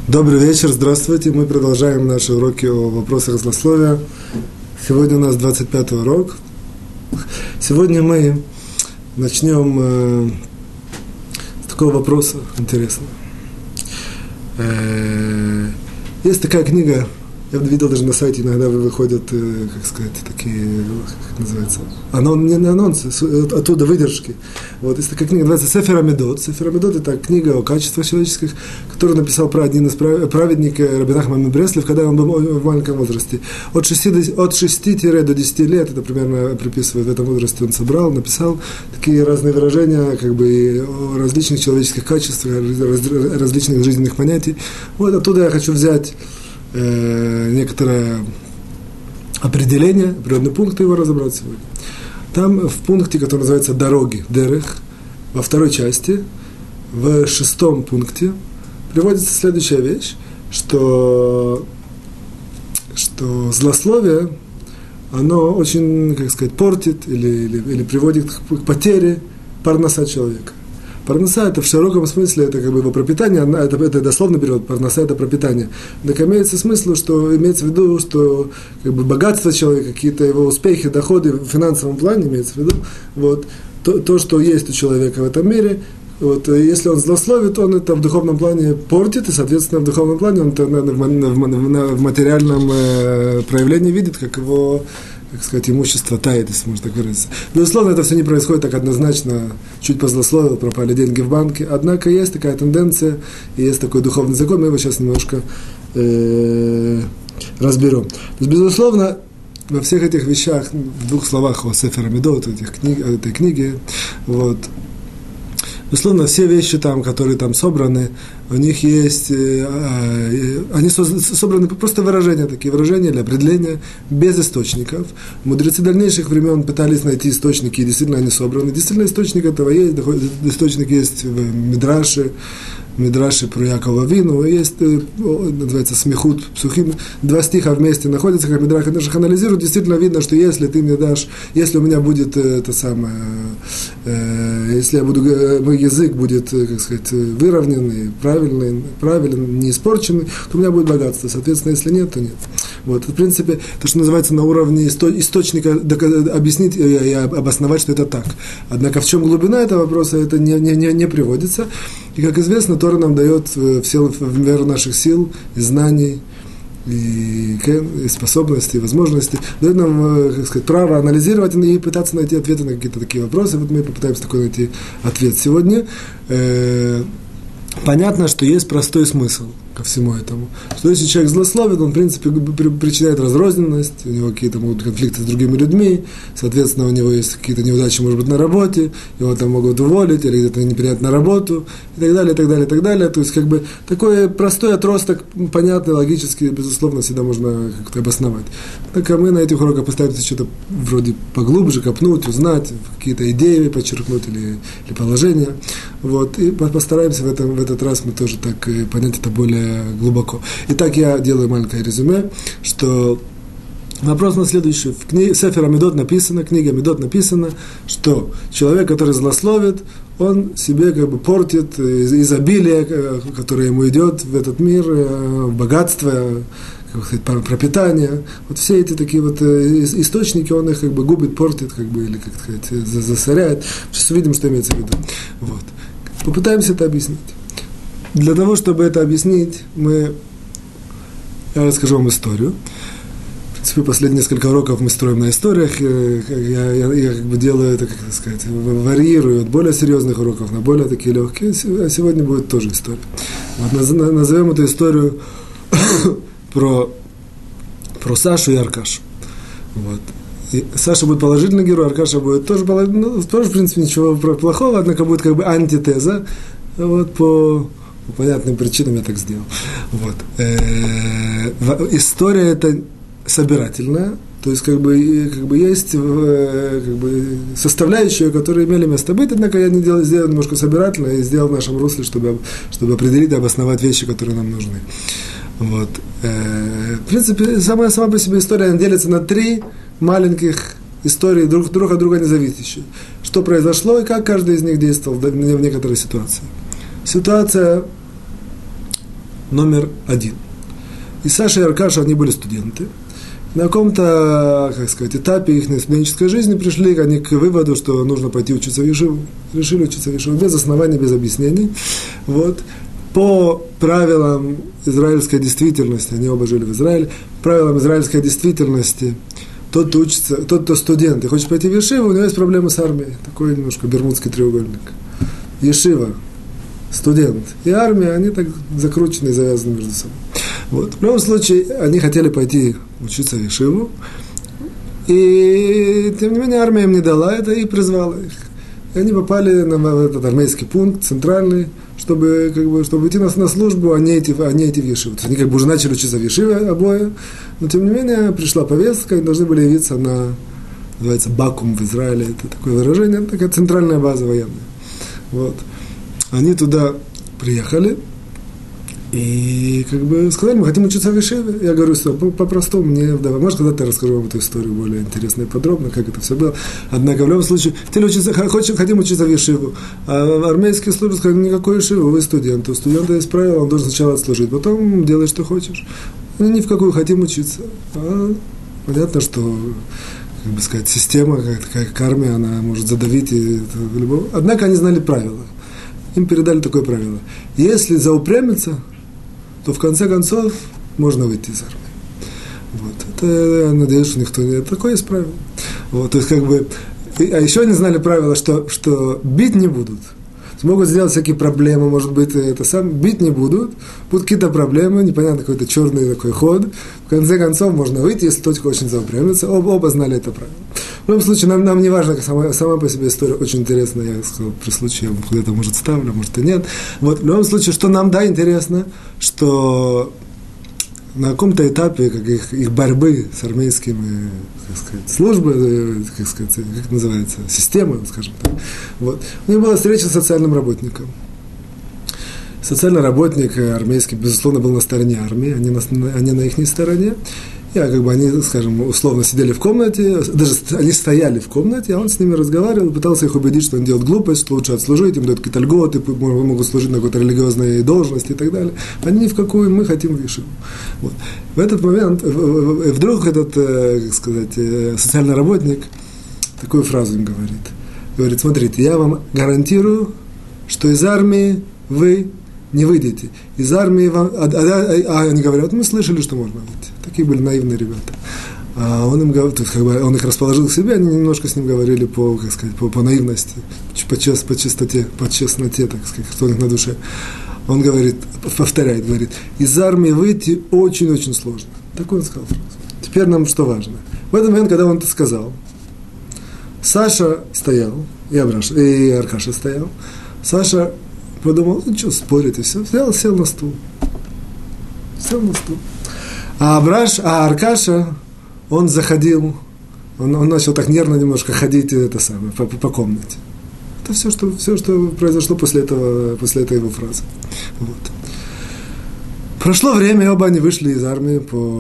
Добрый вечер, здравствуйте. Мы продолжаем наши уроки о вопросах злословия. Сегодня у нас 25-й урок. Сегодня мы начнем с такого вопроса интересного. Есть такая книга, я видел даже на сайте, иногда выходят, как сказать, такие, как называется, не анонсы, оттуда выдержки. Вот, есть такая книга, называется «Сефер Амидот». «Сефер Амидот» – это книга о качествах человеческих, которую написал один из праведников Раби Нахман Бреслев, когда он был в маленьком возрасте. От 6 до 10 лет, это примерно приписывает в этом возрасте, он собрал, написал такие разные выражения, как бы о различных человеческих качествах, различных жизненных понятий. Вот оттуда я хочу взять некоторое определение, определенные пункты, его разобрать сегодня. Там в пункте, который называется «Дороги», «Дерех», во второй части, в 6 пункте, приводится следующая вещь, что злословие, оно очень, как сказать, портит или приводит к потере парноса человека. Парноса – это в широком смысле, это как бы его пропитание, это дословный перевод, парноса – это пропитание. Так имеется смысл, что имеется в виду, что как бы богатство человека, какие-то его успехи, доходы в финансовом плане, имеется в виду, вот, то, что есть у человека в этом мире, вот, если он злословит, он это в духовном плане портит, и, соответственно, в духовном плане он это в материальном проявлении видит, как его, так сказать, имущество тает, если можно так выразиться. Безусловно, это все не происходит так однозначно, чуть позлословил, пропали деньги в банке, однако есть такая тенденция, и есть такой духовный закон, мы его сейчас немножко разберем. То есть, безусловно, во всех этих вещах, в 2 словах о Сефер Амидот, этой книге, вот, безусловно, все вещи там, которые там собраны, у них есть, они собраны просто выражения, такие выражения для определения, без источников. Мудрецы дальнейших времен пытались найти источники, и действительно они собраны. Действительно, источник этого есть, источник есть в Мидраше про Якова Авину, есть, называется, Смехут Псухим, 2 стиха вместе находятся, как Мидраш их анализируют, действительно видно, что если ты мне дашь, если у меня будет это самое, если мой язык будет, как сказать, выровненный, правилен, не испорченный, то у меня будет богатство, соответственно, если нет, то нет. Вот, в принципе, то, что называется на уровне источника, объяснить и обосновать, что это так. Однако в чем глубина этого вопроса, это не приводится. И, как известно, Тора нам дает в меру наших сил, и знаний, и способностей, и возможностей, дает нам, как сказать, право анализировать и пытаться найти ответы на какие-то такие вопросы. Вот мы попытаемся такой найти ответ сегодня. Понятно, что есть простой смысл ко всему этому. Что если человек злословит, он, в принципе, причиняет разрозненность, у него какие-то могут конфликты с другими людьми, соответственно, у него есть какие-то неудачи, может быть, на работе, его там могут уволить, или где-то не принять на работу, и так далее, и так далее, и так далее. То есть, как бы, такой простой отросток, понятный, логический, безусловно, всегда можно как-то обосновать. Так, а мы на этих уроках постараемся что-то вроде поглубже копнуть, узнать, какие-то идеи подчеркнуть или положения. Вот, и постараемся в этот раз мы тоже так понять это более глубоко. Итак, я делаю маленькое резюме, что вопрос на следующий. В книге Сефер Амидот написано, книге Амидот написано, что человек, который злословит, он себе как бы портит изобилие, которое ему идет в этот мир, богатство, как сказать, пропитание. Вот все эти такие вот источники, он их как бы губит, портит, как бы, или, как сказать, засоряет. Сейчас увидим, что имеется в виду. Вот. Попытаемся это объяснить. Для того, чтобы это объяснить, я расскажу вам историю. В принципе, последние несколько уроков мы строим на историях. Я как бы делаю это, как сказать, варьирую от более серьезных уроков на более такие легкие. А сегодня будет тоже история. Вот, назовем эту историю про Сашу и Аркашу. Вот. И Саша будет положительный герой, Аркаша будет тоже положительный, тоже, в принципе, ничего плохого, однако будет как бы антитеза. Вот по понятным причинам я так сделал. Вот. История эта собирательная, то есть как бы есть как бы составляющие, которые имели место быть, однако я сделал немножко собирательно и сделал в нашем русле, чтобы определить и обосновать вещи, которые нам нужны. Вот. В принципе, сама по себе история делится на 3 маленьких истории, друг от друга независящие. Что произошло и как каждый из них действовал в некоторой ситуации. Ситуация номер 1. И Саша и Аркаша, они были студенты. На каком-то, этапе их студенческой жизни пришли они к выводу, что нужно пойти учиться в Ешиву. Решили учиться в Ешиву без оснований, без объяснений. Вот. По правилам израильской действительности, они оба жили в Израиле, правилам израильской действительности, тот, кто студент и хочет пойти в Ешиву, у него есть проблемы с армией. Такой немножко бермудский треугольник. Ешива, студент и армия, они так закручены и завязаны между собой. Вот. В любом случае, они хотели пойти учиться в Ешиву, и, тем не менее, армия им не дала это и призвала их. И они попали на этот армейский пункт, центральный, чтобы идти на службу, а не идти в Ешиву. То есть они уже начали учиться в Ешиве обои, но, тем не менее, пришла повестка, и должны были явиться на, называется, Бакум в Израиле, это такое выражение, такая центральная база военная. Вот. Они туда приехали, и сказали, мы хотим учиться в Ешиве. Я говорю, что по-простому мне вдова. Может, когда-то я расскажу вам эту историю более интересно и подробно, как это все было. Однако, в любом случае, хотим учиться в Ешиву. А армейские службы сказали, никакой Ешивы, вы студент. У студента есть правило, он должен сначала отслужить, потом делай, что хочешь. Мы ни в какую хотим учиться. Понятно, что система, как армия, она может задавить. Однако они знали правила. Им передали такое правило. Если заупрямиться, то в конце концов можно выйти из армии. Вот. Это, я надеюсь, что никто не... Такое есть правило. Вот. То есть, А еще они знали правило, что бить не будут. Могут сделать всякие проблемы, может быть, бить не будут. Будут какие-то проблемы, непонятно, какой-то черный такой ход. В конце концов, можно выйти, если кто-то очень заупрямится. Оба знали это правило. В любом случае, нам не важно, сама по себе история очень интересная. Я сказал, при случае, я куда-то, может, ставлю, может, и нет. Вот, в любом случае, что нам, интересно, что на каком-то этапе их борьбы с армейскими, службами, как это называется, системой, скажем так, вот, у них была встреча с социальным работником. Социальный работник армейский, безусловно, был на стороне армии, они на их стороне. И они, условно сидели в комнате, даже они стояли в комнате, а он с ними разговаривал, пытался их убедить, что он делает глупость, что лучше отслужить, им дают какие-то льготы, могут служить на какой-то религиозной должности и так далее. Они ни в какую, мы хотим в Ешиву. Вот. В этот момент вдруг этот, социальный работник такую фразу им говорит. Говорит, смотрите, я вам гарантирую, что из армии вы не выйдете. Из армии вам... они говорят, мы слышали, что можно выйти. Такие были наивные ребята. А он им говорит, он их расположил к себе, они немножко с ним говорили по наивности, по чистоте, по честноте, так сказать, что у них на душе. Он говорит, повторяет, говорит, из армии выйти очень-очень сложно. Такой он сказал фразу. Теперь нам что важно. В этот момент, когда он это сказал, Саша стоял, и Аркаша стоял. Саша подумал, что спорить, и все. Сел на стул. А Аркаша, он заходил, он начал так нервно немножко ходить по комнате. Это все, что произошло после этой его фразы. Вот. Прошло время, и оба они вышли из армии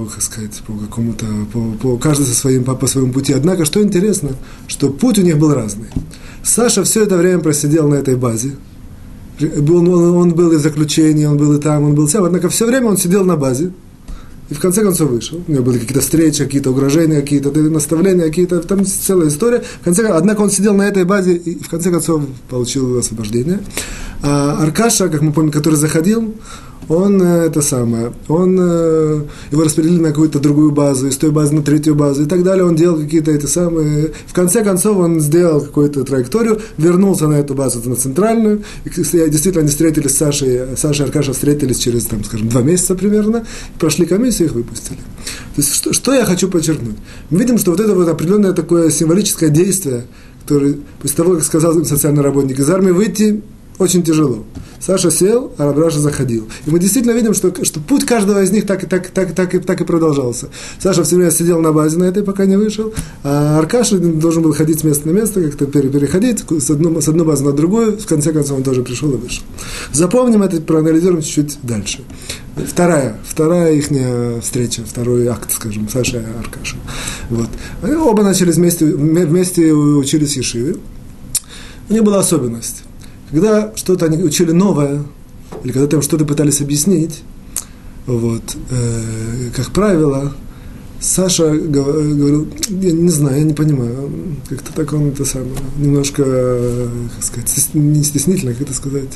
каждый по своему пути. Однако, что интересно, что путь у них был разный. Саша все это время просидел на этой базе. Он был и в заключении, он был и там, он был сам. Однако все время он сидел на базе. И в конце концов вышел. У него были какие-то встречи, какие-то угрожения, какие-то наставления, там целая история. Однако он сидел на этой базе и в конце концов получил освобождение. А Аркаша, как мы помним, который заходил, его распределили на какую-то другую базу, из той базы на третью базу и так далее. Он делал какие-то В конце концов он сделал какую-то траекторию, вернулся на эту базу, на центральную. И действительно, они встретились с Сашей. Саша и Аркаша встретились через, 2 месяца примерно. Прошли комиссию, их выпустили. То есть, что я хочу подчеркнуть? Мы видим, что это определенное такое символическое действие, которое, после того, как сказал им социальный работник, из армии выйти очень тяжело. Саша сел, а Аркаша заходил. И мы действительно видим, что путь каждого из них так и продолжался. Саша все время сидел на базе на этой, пока не вышел, а Аркаша должен был ходить с места на место, как-то переходить с одной базы на другую. В конце концов он тоже пришел и вышел. Запомним это, проанализируем чуть-чуть дальше. Вторая их встреча, второй акт, скажем, Саша и Аркаша. Вот. Они оба начали вместе учились в Ешиве. У них была особенность. Когда что-то они учили новое, или когда там что-то пытались объяснить, Вот. Как правило, Саша говорил, я не знаю, я не понимаю, как-то так он это самое, немножко, как сказать, не стеснительно, как это сказать,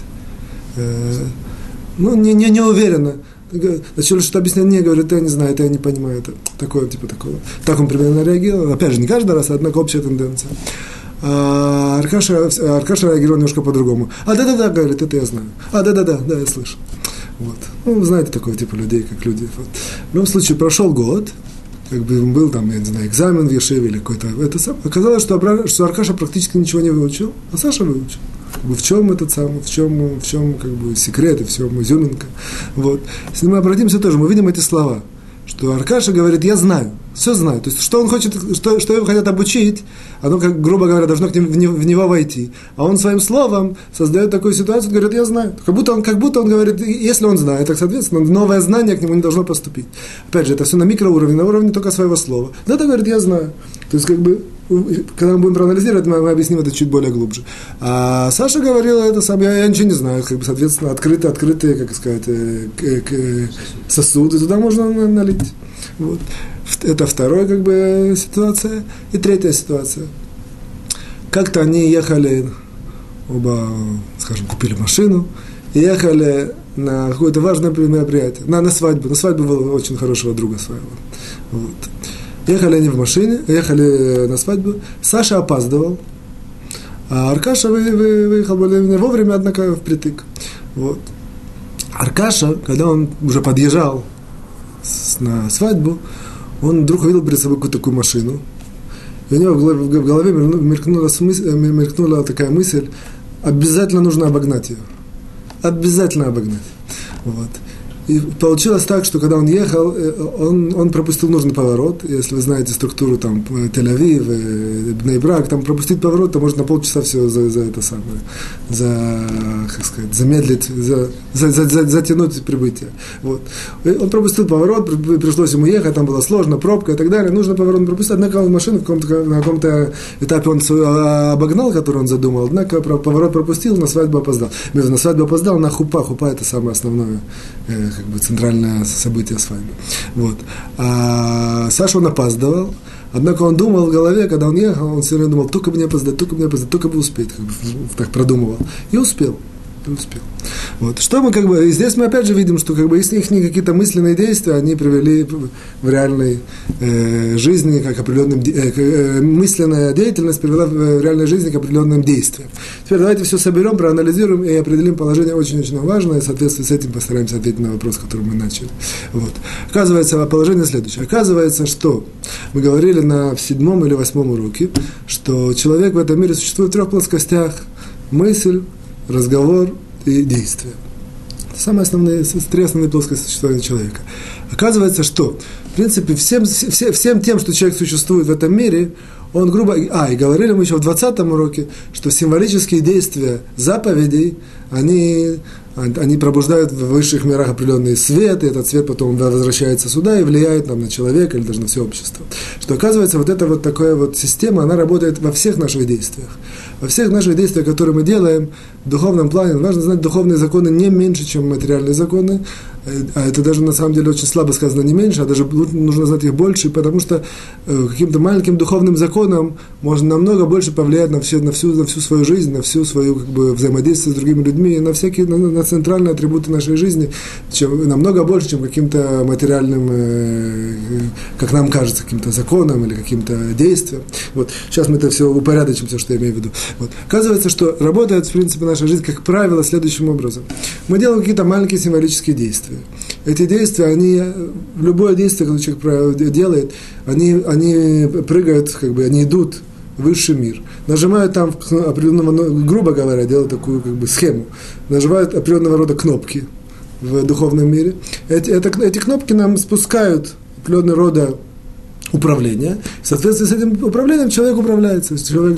не уверенно. Начали что-то объяснять, не, говорит, я не знаю, это я не понимаю, это такое, типа такого. Так он примерно реагировал, опять же, не каждый раз, однако общая тенденция. А Аркаша реагировал немножко по-другому. Да, говорит, это я знаю. Да, я слышу. Вот. Ну, знаете, такой типа людей, как люди. Вот. В любом случае, прошел год, как бы был там, я не знаю, экзамен в Ешиве или какой-то, оказалось, что Аркаша практически ничего не выучил, а Саша выучил. Как бы в чем этот самый, в чем как бы секрет, и в чем изюминка. Вот. Если мы обратимся тоже, мы видим эти слова, что Аркаша говорит, я знаю, все знаю. То есть, что он хочет, что его хотят обучить, оно, как, грубо говоря, должно к ним, в него войти. А он своим словом создает такую ситуацию, говорит, я знаю. Как будто он говорит, если он знает, так, соответственно, новое знание к нему не должно поступить. Опять же, это все на микроуровне, на уровне только своего слова. Да, говорит, я знаю. То есть, как бы, когда мы будем проанализировать, мы объясним это чуть более глубже. А Саша говорила это сам, я ничего не знаю, как бы, соответственно, открытые, как сказать, сосуды, туда можно налить. Вот. Это вторая, как бы, ситуация. И третья ситуация. Как-то они ехали, оба, скажем, купили машину, и ехали на какое-то важное мероприятие, на свадьбу. На свадьбу было очень хорошего друга своего. Вот. Ехали они в машине, ехали на свадьбу. Саша опаздывал, а Аркаша выехал более-менее вовремя, однако впритык. Вот. Аркаша, когда он уже подъезжал на свадьбу, он вдруг увидел перед собой какую-то такую машину. И у него в голове мелькнула такая мысль, обязательно нужно обогнать ее. Обязательно обогнать. Вот. И получилось так, что когда он ехал, он пропустил нужный поворот. Если вы знаете структуру там Тель-Авив, Бней-Брак, там пропустить поворот, то можно на полчаса все за это самое, как сказать, замедлить, затянуть прибытие. Вот. И он пропустил поворот, пришлось ему ехать, там было сложно, пробка и так далее. Нужно поворот пропустить. Однако машину на каком-то этапе он обогнал, который он задумал, однако поворот пропустил, на свадьбу опоздал. На свадьбу опоздал, на хупа. Хупа – это самое основное, как бы центральное событие свадьбы. Вот. А Саша, он опаздывал, однако он думал в голове, когда он ехал, он все время думал, только бы не опоздать, только бы успеть, как бы, так продумывал. И успел. Вот. Что мы, как бы, и здесь мы опять же видим, что, как бы, если их какие-то мысленные действия, они привели в реальной жизни, как определенным, мысленная деятельность привела в реальной жизни к определенным действиям. Теперь давайте все соберем, проанализируем и определим положение очень-очень важное, и в соответствии с этим постараемся ответить на вопрос, который мы начали. Вот. Оказывается, положение следующее. Оказывается, что мы говорили в 7 или 8 уроке, что человек в этом мире существует в 3 плоскостях: мысль, разговор и действие. Это самые основные, 3 основные плоскости существования человека. Оказывается, что, в принципе, всем тем, что человек существует в этом мире, он грубо... и говорили мы еще в 20-м уроке, что символические действия заповедей, они пробуждают в высших мирах определенный свет, и этот свет потом возвращается сюда и влияет на человека или даже на все общество. Что, оказывается, вот эта вот такая вот система, она работает во всех наших действиях. Во всех наших действиях, которые мы делаем в духовном плане, важно знать духовные законы не меньше, чем материальные законы, а это даже на самом деле очень слабо сказано не меньше, а даже нужно знать их больше, потому что каким-то маленьким духовным законом можно намного больше повлиять на всю свою жизнь, на всю свою, как бы, взаимодействие с другими людьми, на всякие, на центральные атрибуты нашей жизни, намного больше, чем каким-то материальным, как нам кажется, каким-то законом или каким-то действием. Вот. Сейчас мы это все упорядочим, все, что я имею в виду. Вот. Оказывается, что работает, в принципе, наша жизнь, как правило, следующим образом. Мы делаем какие-то маленькие символические действия. Эти действия, любое действие, которое человек делает, они прыгают, как бы, они идут в высший мир. Нажимают там определенного, грубо говоря, делают такую, как бы, схему. Нажимают определенного рода кнопки в духовном мире. Эти кнопки нам спускают определенного рода управление. В соответствии с этим управлением человек управляется. Человек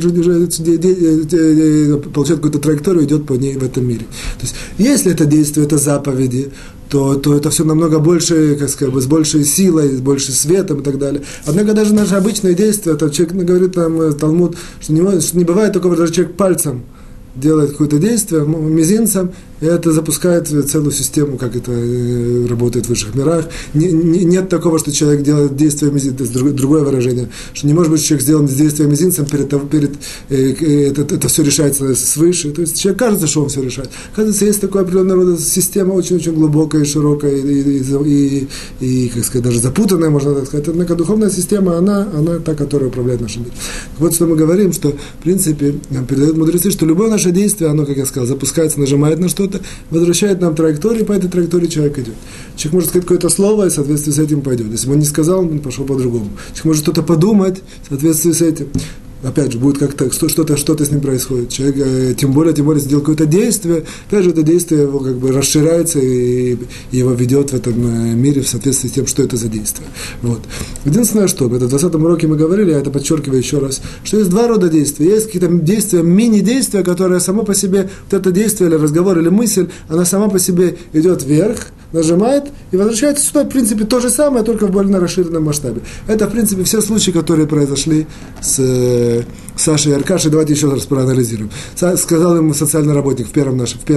получает какую-то траекторию, идет по ней в этом мире. То есть, если это действие, это заповеди, то это все намного больше, как сказать, с большей силой, с большим светом и так далее. Однако даже наши обычные действия, это человек говорит там Талмуд, что не бывает такого, даже человек пальцем делает какое-то действие, мизинцем, и это запускает целую систему, как это работает в высших мирах. Нет такого, что человек делает действие мизинцем, другое выражение, что не может быть, что человек сделан действие мизинцем, это все решается свыше. То есть человек кажется, что он все решает. Кажется, есть такая определенная рода система, очень-очень глубокая, широкая и, как сказать, даже запутанная, можно так сказать. Однако духовная система, она та, которая управляет нашим миром. Вот что мы говорим, что, в принципе, нам передают мудрецы, что любое наше действие, оно, как я сказал, запускается, нажимает на что-то, возвращает нам траекторию, по этой траектории человек идет. Человек может сказать какое-то слово, и в соответствии с этим пойдет. Если бы он не сказал, он пошел по-другому. Человек может что-то подумать, в соответствии с этим. Опять же, будет как-то, что-то с ним происходит. Человек, тем более, сделает какое-то действие, опять же, это действие его как бы расширяется и его ведет в этом мире в соответствии с тем, что это за действие. Вот. Единственное, что, в 20-м уроке мы говорили, я это подчеркиваю еще раз, что есть два рода действий. Есть какие-то действия, мини-действия, которые само по себе, вот это действие или разговор, или мысль, она сама по себе идет вверх, нажимает и возвращается сюда, в принципе, то же самое, только в более расширенном масштабе. Это, в принципе, все случаи, которые произошли с Сашей и Аркашей. Давайте еще раз проанализируем. Сказал ему социальный работник в первом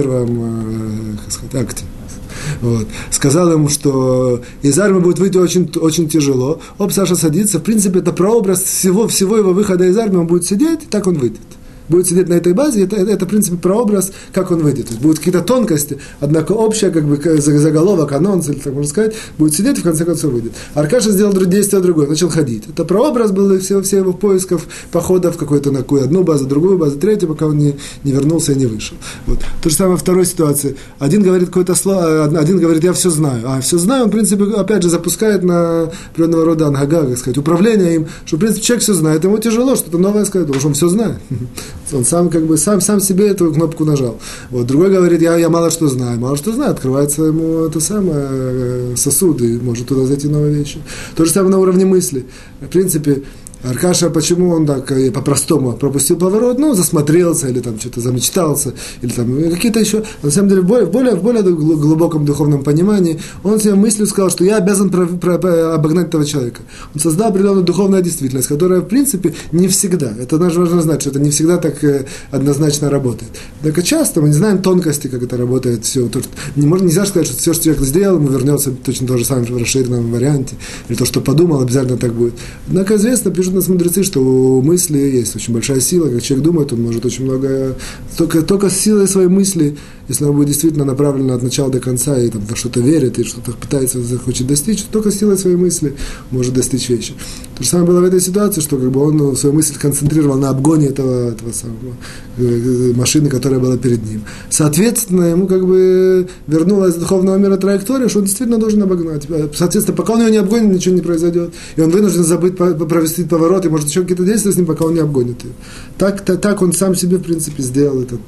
акте. Вот. Сказал ему, что из армии будет выйти очень, очень тяжело. Саша садится. В принципе, это прообраз всего его выхода из армии. Он будет сидеть, и так он выйдет. Будет сидеть на этой базе, это в принципе, прообраз, как он выйдет. То есть будут какие-то тонкости, однако общая, как бы, заголовок, анонс, или так можно сказать, будет сидеть и в конце концов выйдет. Аркаша сделал действие другое, начал ходить. Это прообраз был все его поисков, походов какой-то на одну базу, другую базу, третью, пока он не вернулся и не вышел. Вот. То же самое во второй ситуации. Один говорит какое-то слово, один говорит, я все знаю. А все знаю, он, в принципе, опять же, запускает на определенного рода ангага, так сказать, управление им, что, в принципе, человек все знает, ему тяжело что-то новое сказать, потому что он все знает. Он сам себе эту кнопку нажал. Вот. Другой говорит, я мало что знаю, открывается ему это самое сосуд, и может туда зайти новые вещи. То же самое на уровне мысли. В принципе, Аркаша, почему он так по-простому пропустил поворот, засмотрелся, или там что-то замечтался, или там какие-то еще, на самом деле, в более глубоком духовном понимании, он себе мыслью сказал, что я обязан обогнать этого человека. Он создал определенную духовную действительность, которая, в принципе, не всегда, это даже важно знать, что это не всегда так однозначно работает. Однако часто мы не знаем тонкости, как это работает все. Нельзя сказать, что все, что человек сделал, ему вернется точно то же самое в расширенном варианте, или то, что подумал, обязательно так будет. Однако известно, пишут нас мудрецы, что у мысли есть очень большая сила, как человек думает, он может очень много, только с силой своей мысли, если она будет действительно направлена от начала до конца, и там во что-то верит, и что-то пытается, хочет достичь, только с силой своей мысли может достичь вещи. То же самое было в этой ситуации, что как бы он свою мысль концентрировал на обгоне этого самого машины, которая была перед ним. Соответственно, ему как бы вернулась из духовного мира траектория, что он действительно должен обогнать. Соответственно, пока он ее не обгонит, ничего не произойдет. И он вынужден забыть провести поворот, и может еще какие-то действия с ним, пока он не обгонит ее. Так он сам себе, в принципе, сделал этот,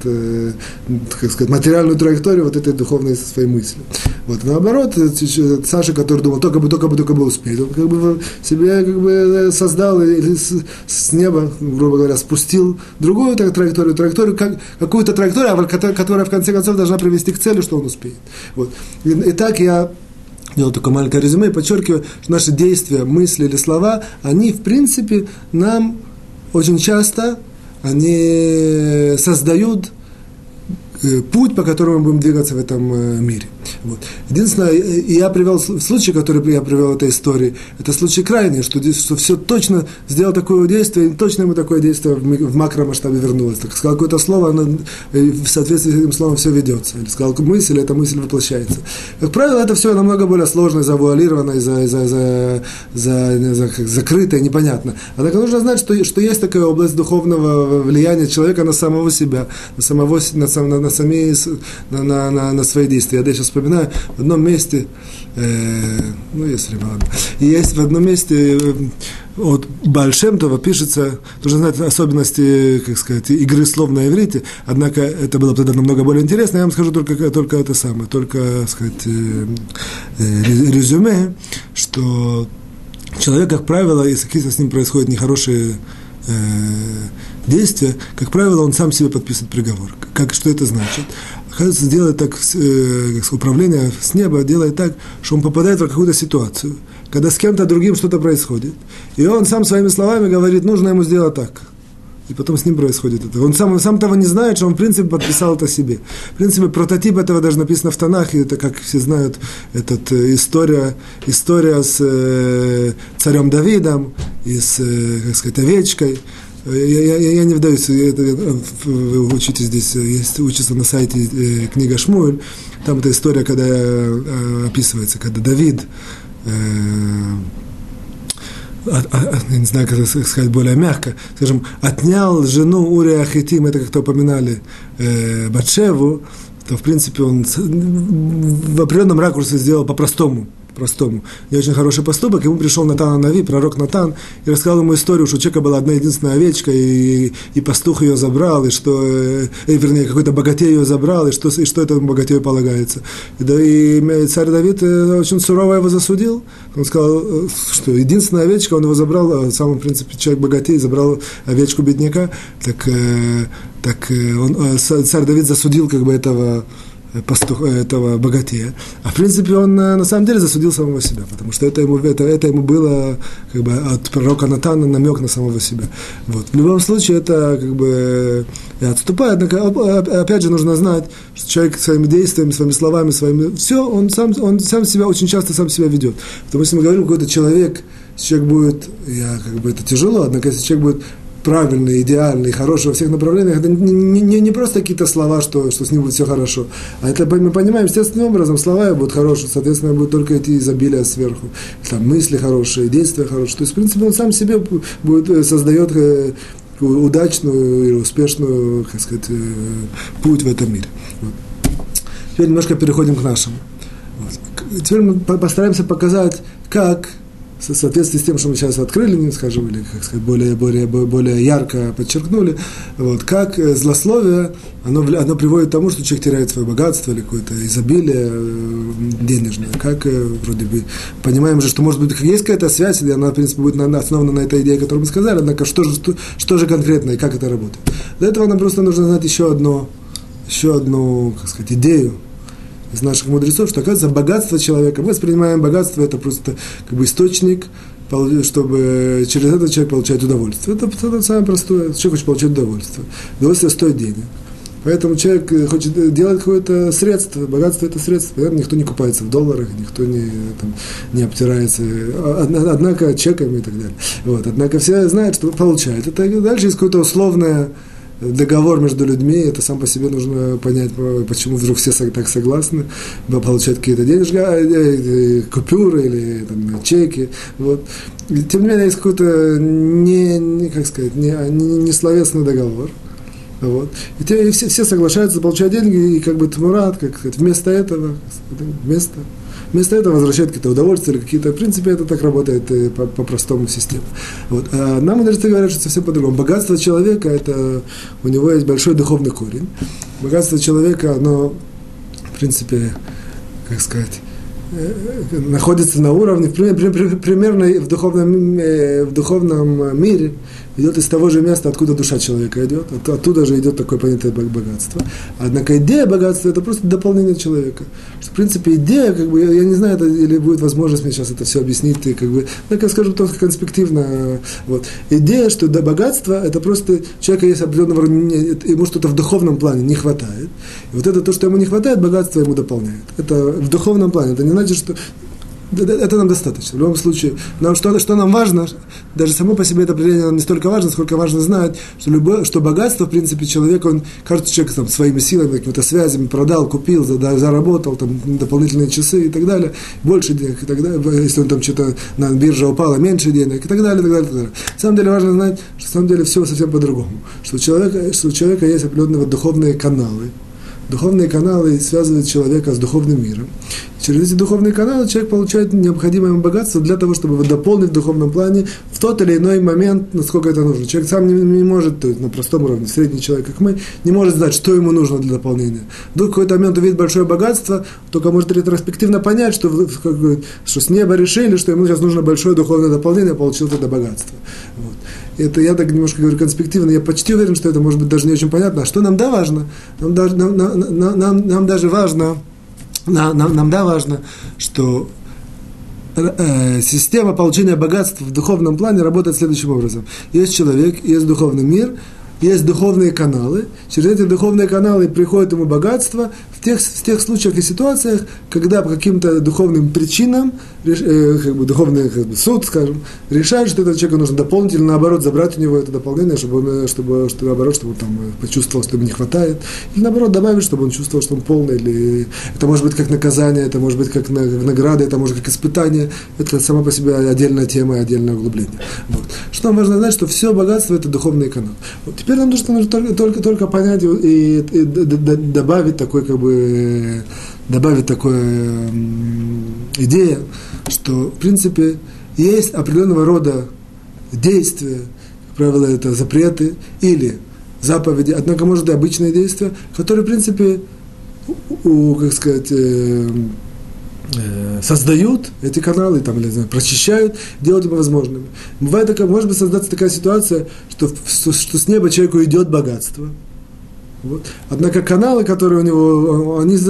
как сказать, материальную траекторию вот этой духовной своей мысли. Вот. Наоборот, Саша, который думал, только бы успеть, он как бы себе как бы создал или с неба, грубо говоря, спустил другую траекторию, какую-то траекторию, которая в конце концов должна привести к цели, что он успеет. Вот. Итак, я делаю только маленькое резюме и подчеркиваю, что наши действия, мысли или слова, они, в принципе, нам очень часто они создают путь, по которому мы будем двигаться в этом мире. Вот. Единственное, я привел случай, который я привел в этой истории, это случай крайний, что все точно сделал такое действие, и точно ему такое действие в макромасштабе вернулось. Так сказал какое-то слово, оно в соответствии с этим словом все ведется. Или сказал мысль, эта мысль воплощается. Как правило, это все намного более сложно, завуалировано, закрыто и непонятно. Однако нужно знать, что есть такая область духовного влияния человека на самого себя, на свои действия. Я сейчас вспоминаю, в одном месте, есть время, ладно. И есть в одном месте от Бааль Шем Това пишется, нужно знать особенности, как сказать, игры слов на иврите, однако это было тогда намного более интересно, я вам скажу только это самое, сказать, резюме, что человек, как правило, если какие-то с ним происходят нехорошие действия, как правило, он сам себе подписывает приговор. Что это значит? Оказывается, делает так, управление с неба делает так, что он попадает в какую-то ситуацию, когда с кем-то другим что-то происходит, и он сам своими словами говорит, нужно ему сделать так. и потом с ним происходит это. Он сам того не знает, что он, в принципе, подписал это себе. В принципе, прототип этого даже написано в Танахе, это, как все знают, история с царем Давидом и с, как сказать, овечкой. Я не вдаюсь, вы учите здесь, учится на сайте книга Шмуэль, там эта история, когда описывается, когда Давид, я не знаю, как сказать более мягко, скажем, отнял жену Урия Хитим, это как-то упоминали, Батшеву, то, в принципе, он в определенном ракурсе сделал по-простому. Не очень хороший поступок. Ему пришел Натан Анави, пророк Натан, и рассказал ему историю, что у человека была одна единственная овечка, и пастух ее забрал, и что, вернее, какой-то богатей ее забрал, и что этому богатею полагается. И царь Давид очень сурово его засудил. Он сказал, что единственная овечка, он его забрал, а сам, в принципе, человек богатей, забрал овечку бедняка. Царь Давид засудил как бы этого богатея. А в принципе он на самом деле засудил самого себя, потому что это ему было как бы от пророка Натана намек на самого себя. Вот. В любом случае это как бы отступает, однако опять же нужно знать, что человек своими действиями, своими словами, все, он сам себя очень часто сам себя ведет. Потому что если мы говорим, какой-то человек будет, это тяжело, однако если человек будет правильный, идеальный, хороший во всех направлениях, это не просто какие-то слова, что с ним будет все хорошо, а это мы понимаем естественным образом, слова будут хорошие, соответственно, будет только идти изобилие сверху, там мысли хорошие, действия хорошие, то есть, в принципе, он сам себе создает удачную и успешную, как сказать, путь в этом мире. Вот. Теперь немножко переходим к нашему. Вот. Теперь мы постараемся показать, как в соответствии с тем, что мы сейчас открыли, скажем, или, как сказать, более ярко подчеркнули, вот, как злословие, оно приводит к тому, что человек теряет свое богатство или какое-то изобилие денежное. Как, вроде бы, понимаем же, что, может быть, есть какая-то связь, или она, в принципе, будет основана на этой идее, которую мы сказали, однако, что же конкретно и как это работает. Для этого нам просто нужно знать еще одну, как сказать, идею из наших мудрецов, что, оказывается, богатство человека, мы воспринимаем богатство, это просто как бы источник, чтобы через это человек получает удовольствие. Это самое простое, человек хочет получать удовольствие. Удовольствие стоит денег. Поэтому человек хочет делать какое-то средство, богатство – это средство. Наверное, никто не купается в долларах, никто не обтирается, однако чеками и так далее. Вот. Однако все знают, что получают. Это дальше есть какое-то условное договор между людьми, это сам по себе нужно понять, почему вдруг все так согласны получать какие-то денежки, купюры или там, чеки. Вот. И, тем не менее, есть какой-то не словесный договор. Вот. И все соглашаются получать деньги, и как бы тмурат, вместо этого возвращают какие-то удовольствия или какие-то, в принципе, это так работает по простому системе. Вот. А нам мудрецы говорят, что совсем по-другому. Богатство человека, у него есть большой духовный корень. Богатство человека, оно, в принципе, как сказать, находится на уровне, примерно в духовном мире, идет из того же места, откуда душа человека идет, оттуда же идет такое понятие богатство. Однако идея богатства – это просто дополнение человека. Что, в принципе, идея, как бы, я не знаю, или будет возможность мне сейчас это все объяснить, я скажу только конспективно. Вот. Идея, что до богатства – это просто человека есть определенного уровня, ему что-то в духовном плане не хватает. И вот это то, что ему не хватает, богатство ему дополняет. Это в духовном плане. Это не значит, что это нам достаточно. В любом случае, что нам важно, даже само по себе это определение не столько важно, сколько важно знать, что богатство, в принципе, человек, он, каждый человек там, своими силами, какими-то связями продал, купил, заработал там, дополнительные часы и так далее, больше денег и так далее, если он там что-то на бирже упало, меньше денег и так далее, и так далее, и так далее. На самом деле важно знать, что на самом деле все совсем по-другому, что у человека есть определенные духовные каналы. Духовные каналы связывают человека с духовным миром. Через эти духовные каналы человек получает необходимое ему богатство для того, чтобы его дополнить в духовном плане в тот или иной момент, насколько это нужно. Человек сам не может, то есть на простом уровне, средний человек, как мы, не может знать, что ему нужно для дополнения. Вдруг в какой-то момент увидит большое богатство, только может ретроспективно понять, что с неба решили, что ему сейчас нужно большое духовное дополнение, получил это богатство. Вот. Это я так немножко говорю конспективно, я почти уверен, что это может быть даже не очень понятно. А что нам важно? Нам важно, что система получения богатства в духовном плане работает следующим образом. Есть человек, есть духовный мир, есть духовные каналы, через эти духовные каналы приходит ему богатство в тех случаях и ситуациях, когда по каким-то духовным причинам, духовный суд, скажем, решает, что этого человека нужно дополнить или наоборот забрать у него это дополнение, чтобы он там почувствовал, что ему не хватает, или наоборот добавить, чтобы он чувствовал, что он полный, или это может быть как наказание, это может быть как награда, это может быть как испытание, это сама по себе отдельная тема и отдельное углубление. Вот. Что важно знать, что все богатство – это духовный канал. Вот. Теперь нам нужно только понять и добавить такой, добавить такое идея, что, в принципе, есть определенного рода действия, как правило, это запреты или заповеди, однако, может, и обычные действия, которые, в принципе, создают эти каналы, там, или, не знаю, прочищают, делают его возможными. Бывает такая, может быть, создаться такая ситуация, что с неба человеку идет богатство. Вот. Однако каналы, которые у него, они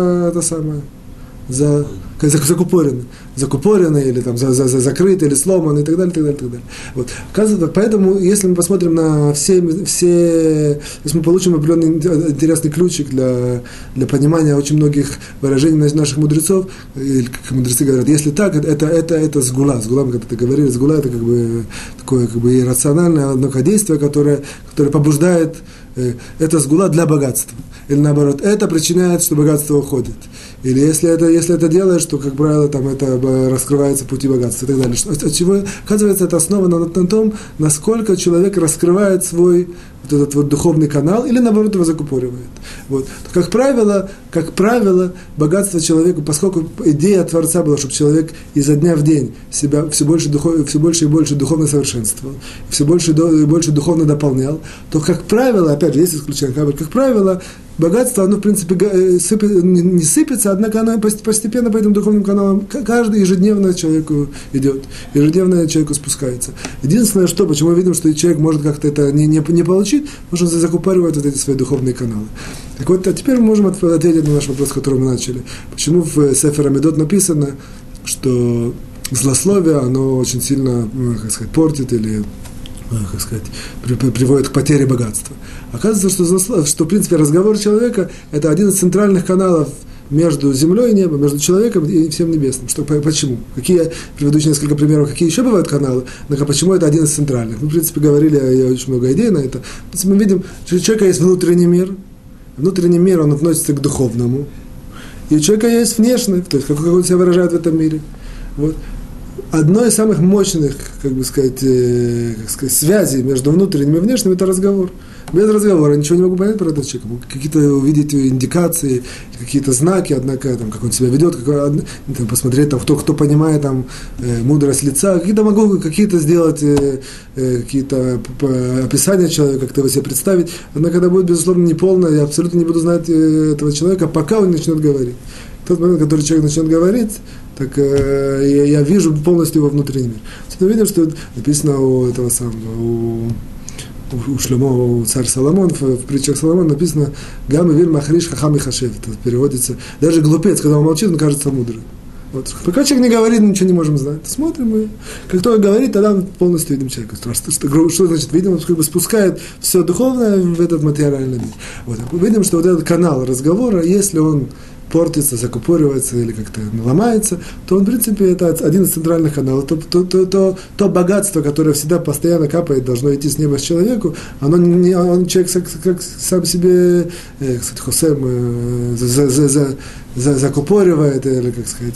закупорены или там, закрыты, или сломаны, и так далее, и так далее, и так далее. Вот. Поэтому, если мы посмотрим на если мы получим определенный интересный ключик для понимания очень многих выражений наших мудрецов, или, как мудрецы говорят, если так, это сгула. Сгула, мы когда-то говорили, сгула это такое иррациональное одно действие, которое побуждает, это сгула для богатства. Или наоборот, это причиняет, что богатство уходит. Или если это делаешь, то, как правило, там это раскрывается пути богатства и так далее. От чего, оказывается, это основано на том, насколько человек раскрывает свой вот этот вот духовный канал, или наоборот его закупоривает. Вот. Как правило, богатство человеку, поскольку идея Творца была, чтобы человек изо дня в день себя все больше и больше духовно совершенствовал, все больше и больше духовно дополнял, то, как правило, опять же, есть исключение, как правило, богатство, оно, в принципе, не сыпется, однако оно постепенно по этим духовным каналам каждый ежедневно человеку идет, ежедневно человеку спускается. Единственное, почему мы видим, что человек может как-то это не получить, потому что он закупоривает вот эти свои духовные каналы. Так вот, а теперь мы можем ответить на наш вопрос, который мы начали. Почему в Сефер Амидот написано, что злословие, оно очень сильно, портит или, приводит к потере богатства. Оказывается, что в принципе разговор человека – это один из центральных каналов между землей и небом, между человеком и всем небесным. Почему? Приведу еще несколько примеров, какие еще бывают каналы, но почему это один из центральных. Мы, в принципе, говорили, очень много идей на это. Мы видим, что у человека есть внутренний мир, он относится к духовному, и у человека есть внешний, то есть как он себя выражает в этом мире. Вот. Одно из самых мощных, связей между внутренним и внешним – это разговор. Без разговора ничего не могу понять про этот человек. Какие-то увидеть индикации, какие-то знаки, однако, там, как он себя ведет, посмотреть, там, кто понимает там, мудрость лица, могу какие-то сделать какие-то описания человека, как-то его себе представить. Однако это будет, безусловно, неполно, я абсолютно не буду знать этого человека, пока он начнет говорить. В тот момент, когда человек начнет говорить, так я вижу полностью его внутренний мир. Мы видим, что написано у этого самого, у Шломо, у царь Соломон, в притчах Соломона написано «Гам и вир махриш хахам и хашев». Это переводится, даже глупец, когда он молчит, он кажется мудрым. Вот. Пока человек не говорит, мы ничего не можем знать. Смотрим, и как только говорит, тогда мы полностью видим человека. Что значит видим? Он спускает все духовное в этот материальный мир. Вот. Мы видим, что вот этот канал разговора, если он портится, закупоривается или как-то ломается, то он, в принципе, это один из центральных каналов. То богатство, которое всегда постоянно капает, должно идти с неба с человеку, человек как сам себе, хосем, закупоривает или,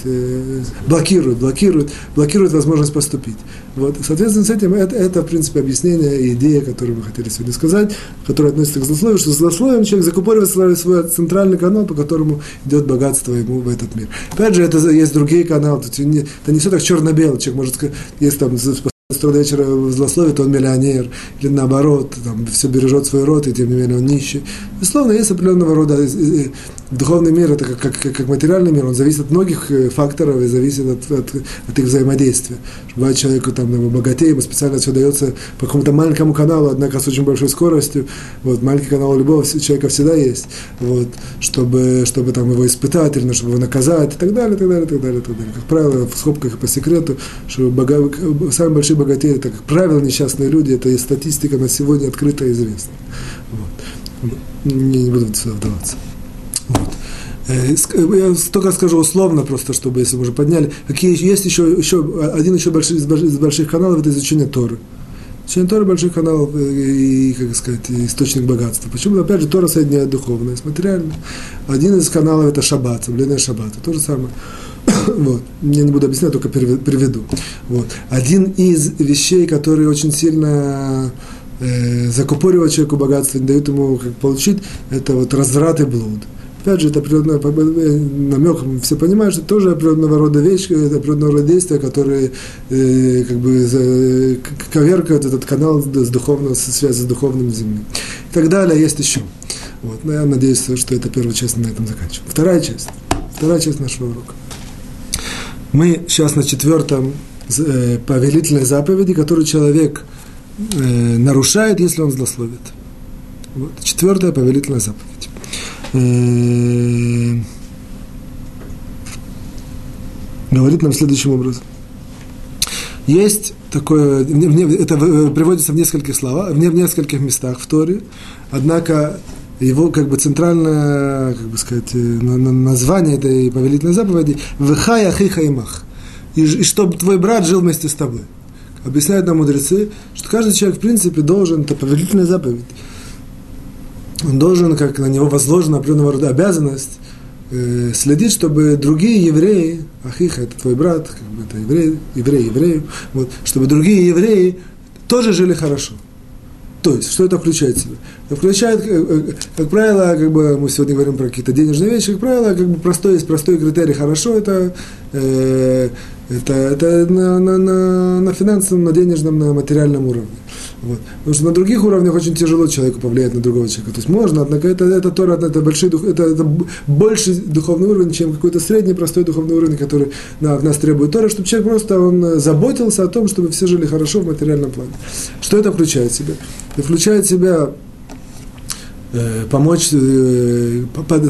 блокирует возможность поступить. Вот. Соответственно, с этим это, в принципе, объяснение и идея, которую мы хотели сегодня сказать, которая относится к злословию, что злословием человек закупоривает свой центральный канал, по которому идет богатство ему в этот мир. Опять же, это есть другие каналы, это не все так черно-бело, человек может сказать, если там с утра до вечера злословит, то он миллионер, или наоборот, там, все бережет свой род, и тем не менее он нищий. Безусловно, есть определенного рода Духовный мир – это как материальный мир, он зависит от многих факторов и зависит от их взаимодействия. Бывает человеку там богатее, ему специально все дается по какому-то маленькому каналу, однако с очень большой скоростью. Вот, маленький канал у любого человека всегда есть, вот, чтобы там его испытать, или чтобы его наказать, и так далее, и так далее, и так далее, и так далее. Как правило, в скобках и по секрету, что самые большие богатеи – это, как правило, несчастные люди, это и статистика на сегодня открыто известна. Вот. Не буду в это вдаваться. Вот. Я только скажу условно, просто чтобы, если мы уже подняли, какие есть еще один из больших каналов – это изучение Торы. Изучение Торы – больших каналов и, как сказать, источник богатства. Почему? Опять же, Тора соединяет духовное с материальным. Один из каналов – это шаббат, соблюдение шаббата. То же самое. Вот. Я не буду объяснять, только приведу. Вот. Один из вещей, которые очень сильно закупоривают человеку богатство, не дают ему как получить, это вот разврат и блуд. Опять же, это определенный намек, все понимают, что это тоже определенного рода вещь, это определенного рода действия, которые как бы коверкают этот канал с связью с духовным земным. И так далее, есть еще. Вот. Но я надеюсь, что это первая часть, на этом заканчиваем. Вторая часть нашего урока. Мы сейчас на 4-м повелительной заповеди, которую человек нарушает, если он злословит. Вот. 4-я повелительная заповедь. Говорит нам следующим образом. Есть такое, это приводится в нескольких словах, в нескольких местах в Торе, однако его как бы центральное, как бы сказать, название этой повелительной заповеди «Вехай ахиха имах», и чтобы твой брат жил вместе с тобой. Объясняют нам мудрецы, что каждый человек в принципе должен, это повелительная заповедь, он должен, как на него возложена определенного рода обязанность, следить, чтобы другие евреи, ахиха, это твой брат, как бы это еврею, вот, чтобы другие евреи тоже жили хорошо. То есть, что это включает в себя? Это включает, как правило, как бы мы сегодня говорим про какие-то денежные вещи, как правило, как бы есть простой критерий хорошо, это на финансовом, на денежном, на материальном уровне. Вот. Потому что на других уровнях очень тяжело человеку повлиять на другого человека. То есть можно, однако это Тора, это больше духовный уровень, чем какой-то средний, простой духовный уровень, который от нас требует Тора, чтобы человек просто он заботился о том, чтобы все жили хорошо в материальном плане. Что это включает в себя? Это включает в себя помочь в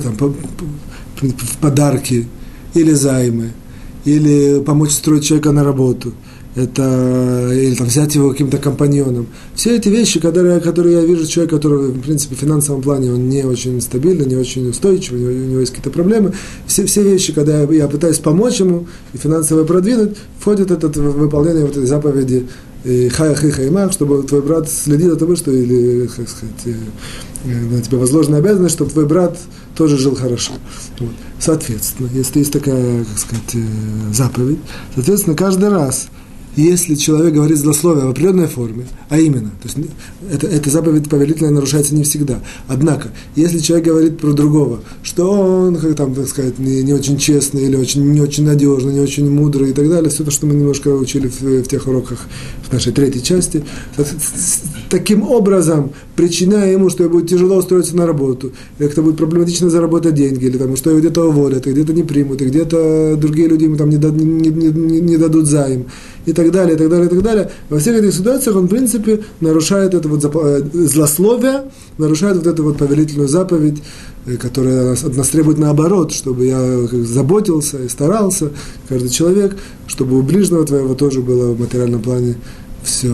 подарки или займы, или помочь строить человека на работу. Это, или там, взять его каким-то компаньоном. Все эти вещи, которые я вижу, человек, который, в принципе, в финансовом плане, он не очень стабильный, не очень устойчивый, у него есть какие-то проблемы. Все вещи, когда я пытаюсь помочь ему и финансово продвинуть, входит это в выполнение вот этой заповеди «Хай-хай-хай мах», чтобы твой брат следил за тобой, что, или, как сказать, на тебя возложена обязанность, чтобы твой брат тоже жил хорошо. Вот. Соответственно, если есть такая, как сказать, заповедь, соответственно, каждый раз, если человек говорит злословие в определенной форме, а именно, то есть эта заповедь повелительная нарушается не всегда. Однако, если человек говорит про другого, что он, как там, так сказать, не очень честный, или не очень надежный, не очень мудрый и так далее, все то, что мы немножко учили в тех уроках в нашей 3-й части, таким образом, причиняя ему, что ему будет тяжело устроиться на работу, или как-то будет проблематично заработать деньги, или там, что его где-то уволят, и где-то не примут, и где-то другие люди ему там не дадут займ, и так далее, и так далее, и так далее. Во всех этих ситуациях он, в принципе, нарушает это вот злословие, нарушает вот эту вот повелительную заповедь, которая от нас требует наоборот, чтобы я заботился и старался, каждый человек, чтобы у ближнего твоего тоже было в материальном плане все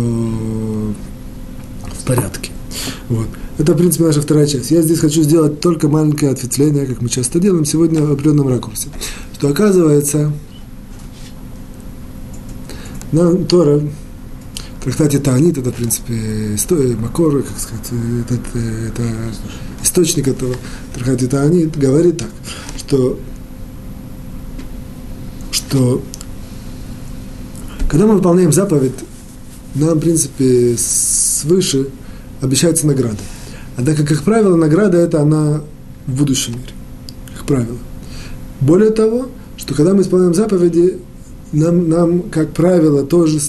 в порядке. Вот. Это, в принципе, наша 2-я часть. Я здесь хочу сделать только маленькое ответвление, как мы часто делаем, сегодня в определенном ракурсе. Что оказывается, Тора, в трактате Таанит, это, в принципе, Макор, как сказать, это источник этого трактата Таанит, говорит так, что когда мы выполняем заповедь, нам, в принципе, свыше обещается награда. Однако, как правило, награда это она в будущем мире. Как правило. Более того, что когда мы исполняем заповеди, нам, как правило,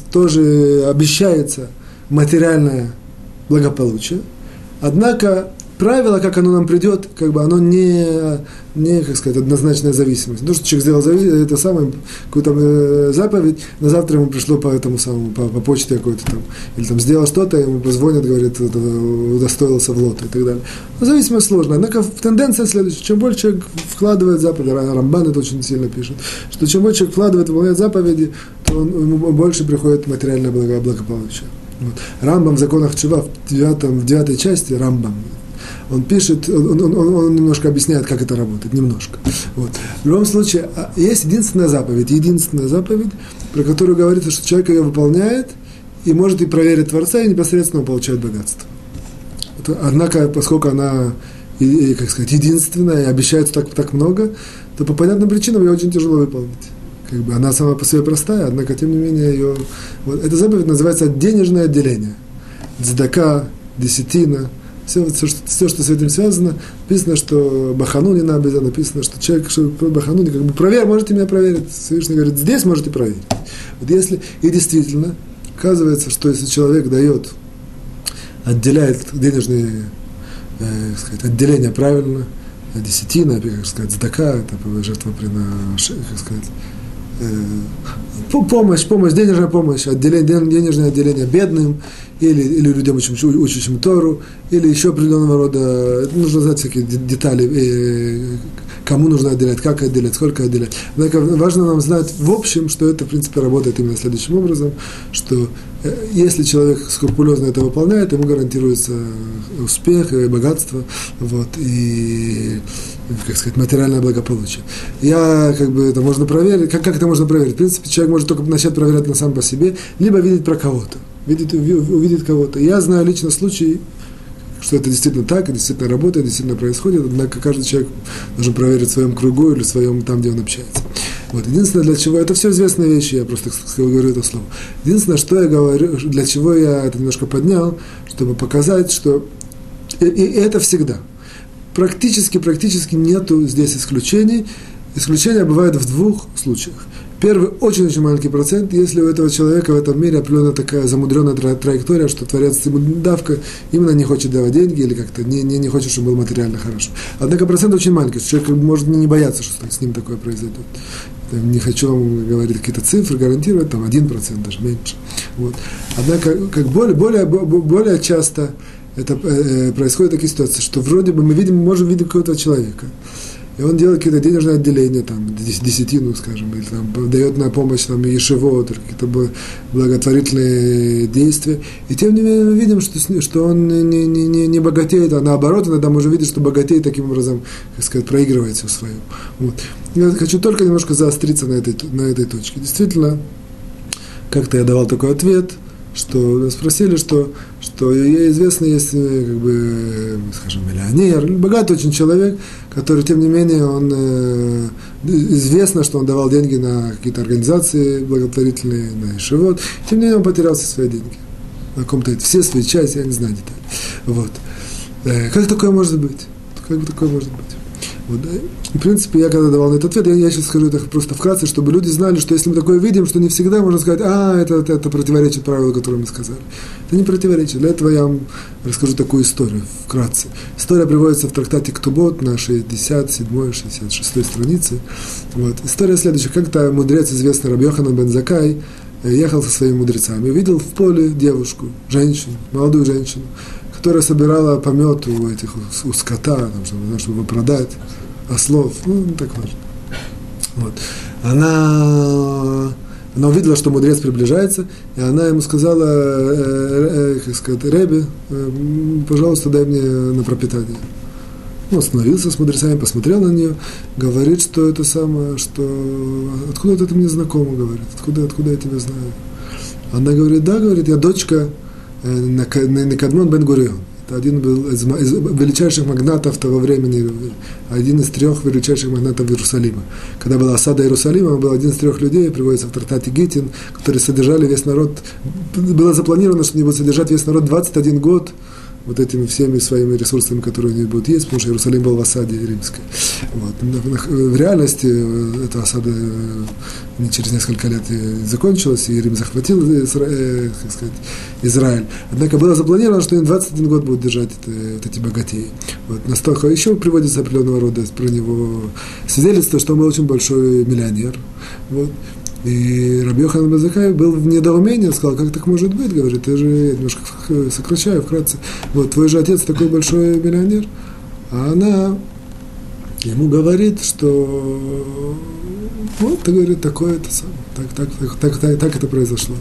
тоже обещается материальное благополучие. Однако правило, как оно нам придет, как бы оно не как сказать, однозначная зависимость. То, что человек сделал это самое, какую-то заповедь, на завтра ему пришло по этому самому, по почте какой-то там, или там сделал что-то, ему позвонят, говорит, удостоился в лото и так далее. Но зависимость сложная. Однако тенденция следующая. Чем больше человек вкладывает заповеди, Рамбан это очень сильно пишет, что чем больше человек вкладывает, выполняет заповеди, то ему больше приходит материальное благополучие. Вот. Рамбам в законах Тшува в 9 части Рамбам, он пишет, он немножко объясняет, как это работает, немножко. Вот. В любом случае, есть единственная заповедь, про которую говорится, что человек ее выполняет и может и проверить Творца, и непосредственно получает богатство. Вот. Однако, поскольку она, как сказать, единственная, и обещается так много, то по понятным причинам ее очень тяжело выполнить. Как бы она сама по себе простая, однако, тем не менее, ее... Вот, эта заповедь называется денежное отделение. Цдака, десятина, все, что с этим связано. Написано, что Бахану не надо, написано, что человек, что Бахану, как бы можете меня проверить. Всевышний говорит, здесь можете проверить. Вот если, и действительно, оказывается, что если человек отделяет денежные, отделения правильно, десятина, как сказать, цдака, это жертвоприношение, как сказать, помощь, денежная помощь, денежное отделение бедным, или людям, учащим Тору, или еще определенного рода, нужно знать всякие детали, кому нужно отделять, как отделять, сколько отделять. Однако важно нам знать в общем, что это, в принципе, работает именно следующим образом, что если человек скрупулезно это выполняет, ему гарантируется успех и богатство, вот, и, как сказать, материальное благополучие. Это можно проверить. Как это можно проверить? В принципе, человек может только начать проверять на сам по себе, либо видеть про кого-то. Увидеть кого-то. Я знаю лично случай, что это действительно так, и действительно работает, действительно происходит, однако каждый человек должен проверить в своем кругу или в своем, там, где он общается. Вот. Единственное, для чего, это все известные вещи, я просто говорю это слово. Единственное, что я говорю, для чего я это немножко поднял, чтобы показать, что и это всегда. Практически нету здесь исключений. Исключения бывают в двух случаях. Первый, очень-очень маленький процент, если у этого человека в этом мире определенная такая замудренная траектория, что Творец ему давка именно не хочет давать деньги или как-то не хочет, чтобы было материально хорошо. Однако процент очень маленький, что человек может не бояться, что с ним такое произойдет. Не хочу вам говорить какие-то цифры, гарантировать, там 1%, даже меньше. Вот. Однако, как более часто это происходят такие ситуации, что вроде бы мы можем видеть какого-то человека, и он делает какие-то денежные отделения, там, десятину, скажем, или там, дает на помощь там, ешивот, какие-то благотворительные действия. И тем не менее мы видим, что он не богатеет, а наоборот, иногда можем видеть, что богатеет таким образом, как сказать, проигрывает все свое. Вот. Я хочу только немножко заостриться на этой точке. Действительно, как-то я давал такой ответ, что спросили, что известный есть, как бы, скажем, миллионер, богатый очень человек, который, тем не менее, он известно, что он давал деньги на какие-то организации благотворительные, на ешивот, тем не менее, он потерял все свои деньги. На каком-то все свои части, я не знаю детали. Вот. Как такое может быть? Как такое может быть? Вот, да? В принципе, я когда давал на этот ответ, я сейчас скажу это просто вкратце, чтобы люди знали, что если мы такое видим, что не всегда можно сказать, это противоречит правилу, которое мы сказали. Это не противоречит. Для этого я вам расскажу такую историю вкратце. История приводится в трактате Ктубот на 67-66 странице. Вот. История следующая. Как-то мудрец, известный Рабби Йоханан бен Заккай, ехал со своими мудрецами и увидел в поле девушку, женщину, молодую женщину, которая собирала помет у скота, там, чтобы его продать, ослов, не так важно. Вот. Она увидела, что мудрец приближается, и она ему сказала, как сказать, Ребе, пожалуйста, дай мне на пропитание. Он остановился с мудрецами, посмотрел на нее, говорит, что это самое, что откуда это мне знакомо, говорит, откуда я тебя знаю. Она говорит, да, говорит, я дочка Накадмон бен-Гурион. Это один был из величайших магнатов того времени, один из 3 величайших магнатов Иерусалима. Когда была осада Иерусалима, он был один из 3 людей, приводится в трактате Гитин, которые содержали весь народ. Было запланировано, что они будут содержать весь народ 21 год вот этими всеми своими ресурсами, которые у них будут есть, потому что Иерусалим был в осаде римской. Вот. В реальности эта осада через несколько лет закончилась, и Рим захватил Израиль. Однако было запланировано, что им 21 год будут держать вот эти богатеи. Вот. Настолько еще приводится определенного рода про него свидетельство, что он был очень большой миллионер. Вот. И Раби Йоханан бен Заккай был в недоумении, сказал, как так может быть, говорит, ты же, я немножко сокращаю вкратце, вот, твой же отец такой большой миллионер, а она ему говорит, что вот, ты, говорит, такое-то самое, так это произошло.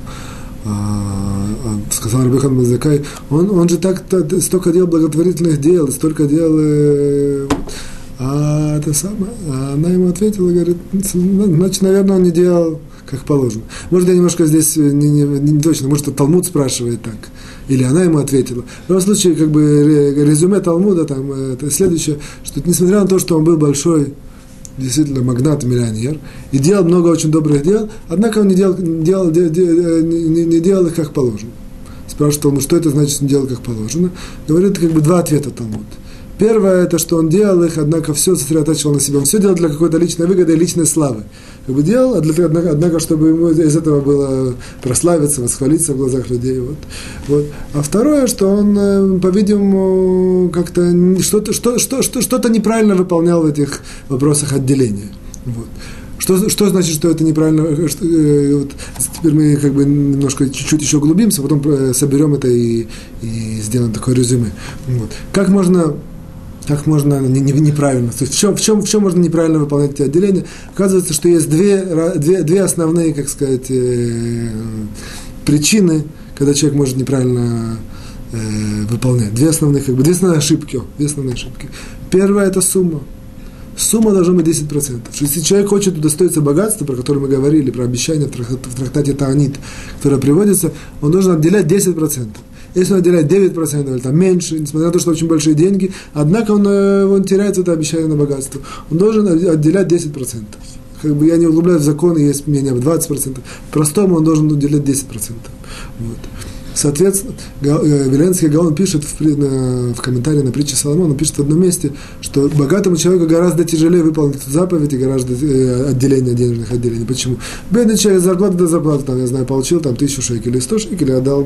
Сказал Раби Йоханан бен Заккай, он же столько делал благотворительных дел, столько делал... А она ему ответила, говорит, значит, наверное, он не делал как положено. Может, я немножко здесь не точно, может, Талмуд спрашивает так, или она ему ответила. В любом случае, как бы резюме Талмуда, там, это следующее, что несмотря на то, что он был большой, действительно, магнат, миллионер, и делал много очень добрых дел, однако он не делал их как положено. Спрашивает Талмуд, что это значит, не делал как положено. Говорит, как бы два ответа Талмуд. Первое, это что он делал их, однако все сосредотачивал на себе. Он все делал для какой-то личной выгоды и личной славы. Как бы делал, однако, чтобы ему из этого было прославиться, восхвалиться в глазах людей. Вот. А второе, что он, по-видимому, как-то что-то неправильно выполнял в этих вопросах отделения. Вот. Что значит, что это неправильно? Вот, теперь мы как бы немножко чуть-чуть еще углубимся, потом соберем это и сделаем такое резюме. Вот. Как можно неправильно? То есть в чем можно неправильно выполнять эти отделения? Оказывается, что есть две основные, как сказать, причины, когда человек может неправильно выполнять. Две основные ошибки. Первая – это сумма. Сумма должна быть 10%. Если человек хочет удостоиться богатства, про которое мы говорили, про обещание в трактате Таанит, которое приводится, он должен отделять 10%. Если он отделяет 9% или там меньше, несмотря на то, что очень большие деньги, однако он теряет это обещание на богатство. Он должен отделять 10%. Как бы я не углубляюсь в законы, есть мнение в 20%. Простому он должен уделять 10%. Вот. Соответственно, Виленский Гаон пишет в комментарии на притче Соломона, он пишет в одном месте, что богатому человеку гораздо тяжелее выполнить эту заповедь и гораздо отделение денежных отделений. Почему? Бедный человек зарплаты до зарплаты, там, я знаю, получил там 1000 шекелей, 100 шекелей отдал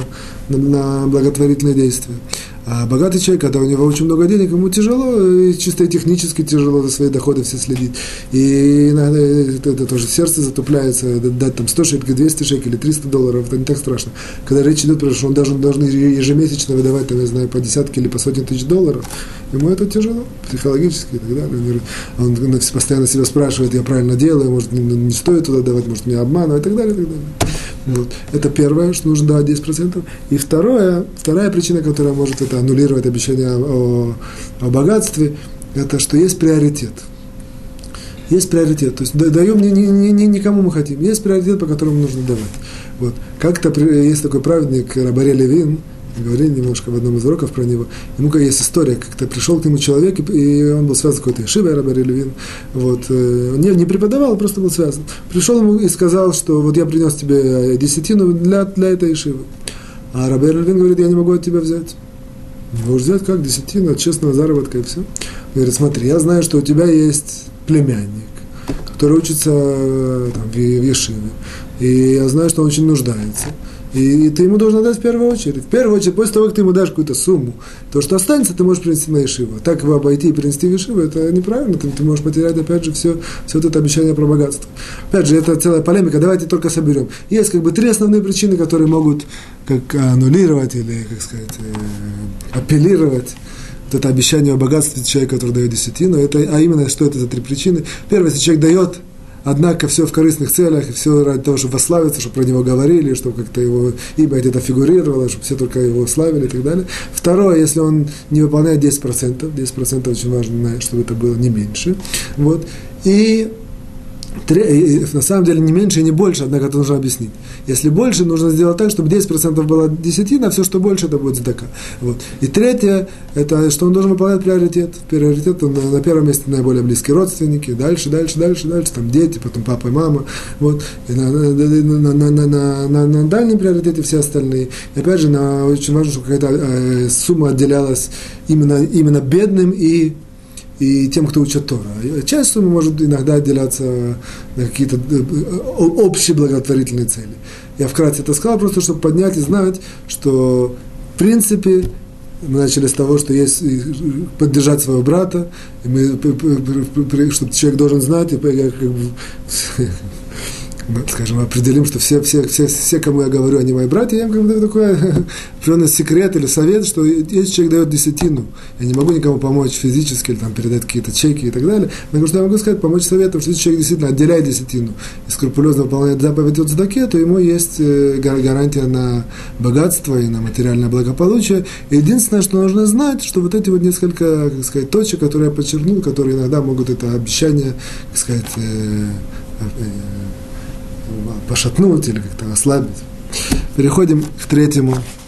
на благотворительные действия. А богатый человек, когда у него очень много денег, ему тяжело, и чисто и технически тяжело за свои доходы все следить. И иногда это тоже сердце затупляется, дать там 100 шекелей, 200 шекелей, $300, это не так страшно. Когда речь идет, потому что он должен ежемесячно выдавать, там, я знаю, по десятке или по сотне тысяч долларов, ему это тяжело, психологически и так далее. Он постоянно себя спрашивает, я правильно делаю, может, не стоит туда давать, может, меня обманывать, и так далее, и так далее. Вот. Это первое, что нужно давать 10%. И вторая причина, которая может это аннулировать обещание о богатстве, это что есть приоритет. Есть приоритет. То есть даем не кому мы хотим. Есть приоритет, по которому нужно давать. Вот. Как-то есть такой праведник Рабаре Левин, говорили немножко в одном из уроков про него. Ему есть история, как-то пришел к нему человек, и он был связан с какой-то ешивой, Рабаре Левин. Вот. Не преподавал, просто был связан. Пришел ему и сказал, что вот я принес тебе десятину для этой ешивы. А Рабаре Левин говорит, я не могу от тебя взять. Можешь взять как десятину от честного заработка и все. Он говорит, смотри, я знаю, что у тебя есть племянник, который учится там, в ешиве. И я знаю, что он очень нуждается. И ты ему должен отдать в первую очередь. В первую очередь, после того, как ты ему дашь какую-то сумму, то, что останется, ты можешь принести на ешиву. Так его обойти и принести в ешиву, это неправильно. Ты можешь потерять, опять же, все вот это обещание про богатство. Опять же, это целая полемика. Давайте только соберем. Есть как бы три основные причины, которые могут как аннулировать или, как сказать, апеллировать вот это обещание о богатстве человека, который дает десятину. А именно, что это за три причины? Первое, если человек дает, однако все в корыстных целях, и все ради того, чтобы восславиться, чтобы про него говорили, чтобы как-то его имя где-то фигурировало, чтобы все только его славили и так далее. Второе, если он не выполняет 10%, 10% очень важно, чтобы это было не меньше. Вот. И На самом деле не меньше и не больше, однако это нужно объяснить. Если больше, нужно сделать так, чтобы 10% было десятина, а все, что больше, это будет цдака. Вот. И третье, это что он должен выполнять приоритет. Приоритет на первом месте наиболее близкие родственники, дальше, там дети, потом папа и мама. Вот. И на дальнем приоритете все остальные. И опять же, очень важно, чтобы какая-то сумма отделялась именно бедным и тем, кто учат Тору. Часть суммы может иногда отделяться на какие-то общие благотворительные цели. Я вкратце это сказал, просто чтобы поднять и знать, что в принципе мы начали с того, что есть поддержать своего брата, и чтобы человек должен знать, и скажем, определим, что все, кому я говорю, они мои братья, я им даю такой определенный секрет или совет, что если человек дает десятину, я не могу никому помочь физически, или там, передать какие-то чеки и так далее, но что я могу сказать, помочь советом, что если человек действительно отделяет десятину и скрупулезно выполняет заповедь от цдаки, то ему есть гарантия на богатство и на материальное благополучие. И единственное, что нужно знать, что вот эти вот несколько, как сказать, точек, которые я подчеркнул, которые иногда могут это обещание, как сказать, пошатнуть или как-то ослабить. Переходим к третьей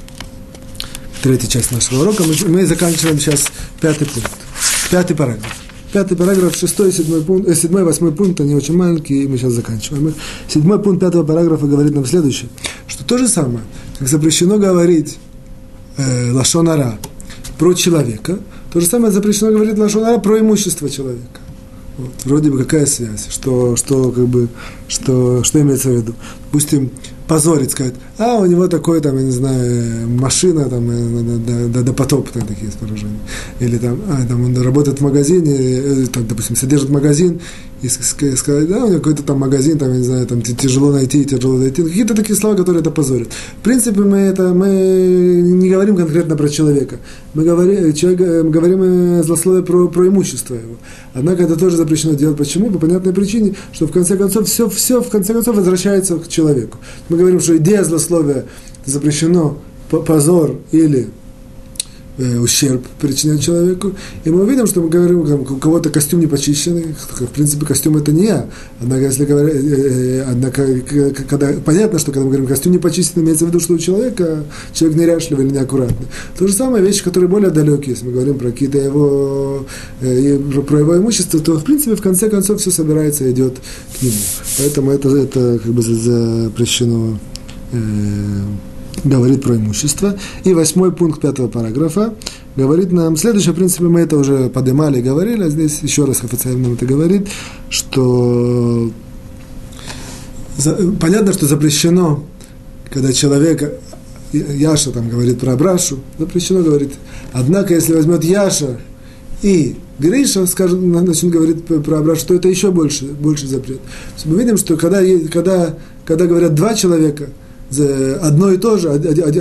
части нашего урока. Мы заканчиваем сейчас 5 пункт. 5 параграф. 5 параграф, 6 и 7 пункт, 7 и 8 пункт, они очень маленькие, и мы сейчас заканчиваем. 7 пункт 5 параграфа говорит нам следующее, что то же самое, как запрещено говорить лашон ара про человека, то же самое запрещено говорить лашон ара про имущество человека. Вот. Вроде бы какая связь, что имеется в виду. Допустим, позорить, сказать, у него такой, там, я не знаю, машина, там, до потопа, там, такие выражения. Или там он работает в магазине, там, допустим, содержит магазин, и сказать, у него какой-то там магазин, там, я не знаю, там, тяжело найти. Какие-то такие слова, которые это позорят. В принципе, мы не говорим конкретно про человека. Мы говорим злословие про имущество его. Однако это тоже запрещено делать. Почему? По понятной причине, что в конце концов все в конце концов возвращается к человеку. Мы говорим, что идея злословия запрещено позор или ущерб причинять человеку. И мы видим, что мы говорим, у кого-то костюм не почищенный, в принципе, костюм это не я. Однако, понятно, что когда мы говорим костюм не почищенный, имеется в виду, что у человека человек неряшливый или неаккуратный. То же самое вещи, которые более далекие, если мы говорим про какие-то про его имущество, то, в принципе, в конце концов все собирается и идет к нему. Поэтому это как бы запрещено говорит про имущество. И 8 пункт 5 параграфа говорит нам, следующее, в принципе, мы это уже поднимали и говорили, а здесь еще раз официально нам это говорит, что понятно, что запрещено, когда человек, Яша там говорит про Абрашу, запрещено говорить. Однако, если возьмет Яша и Гриша, начнет говорить про Абрашу, то это еще больше запрет. Мы видим, что когда говорят два человека, одно и то же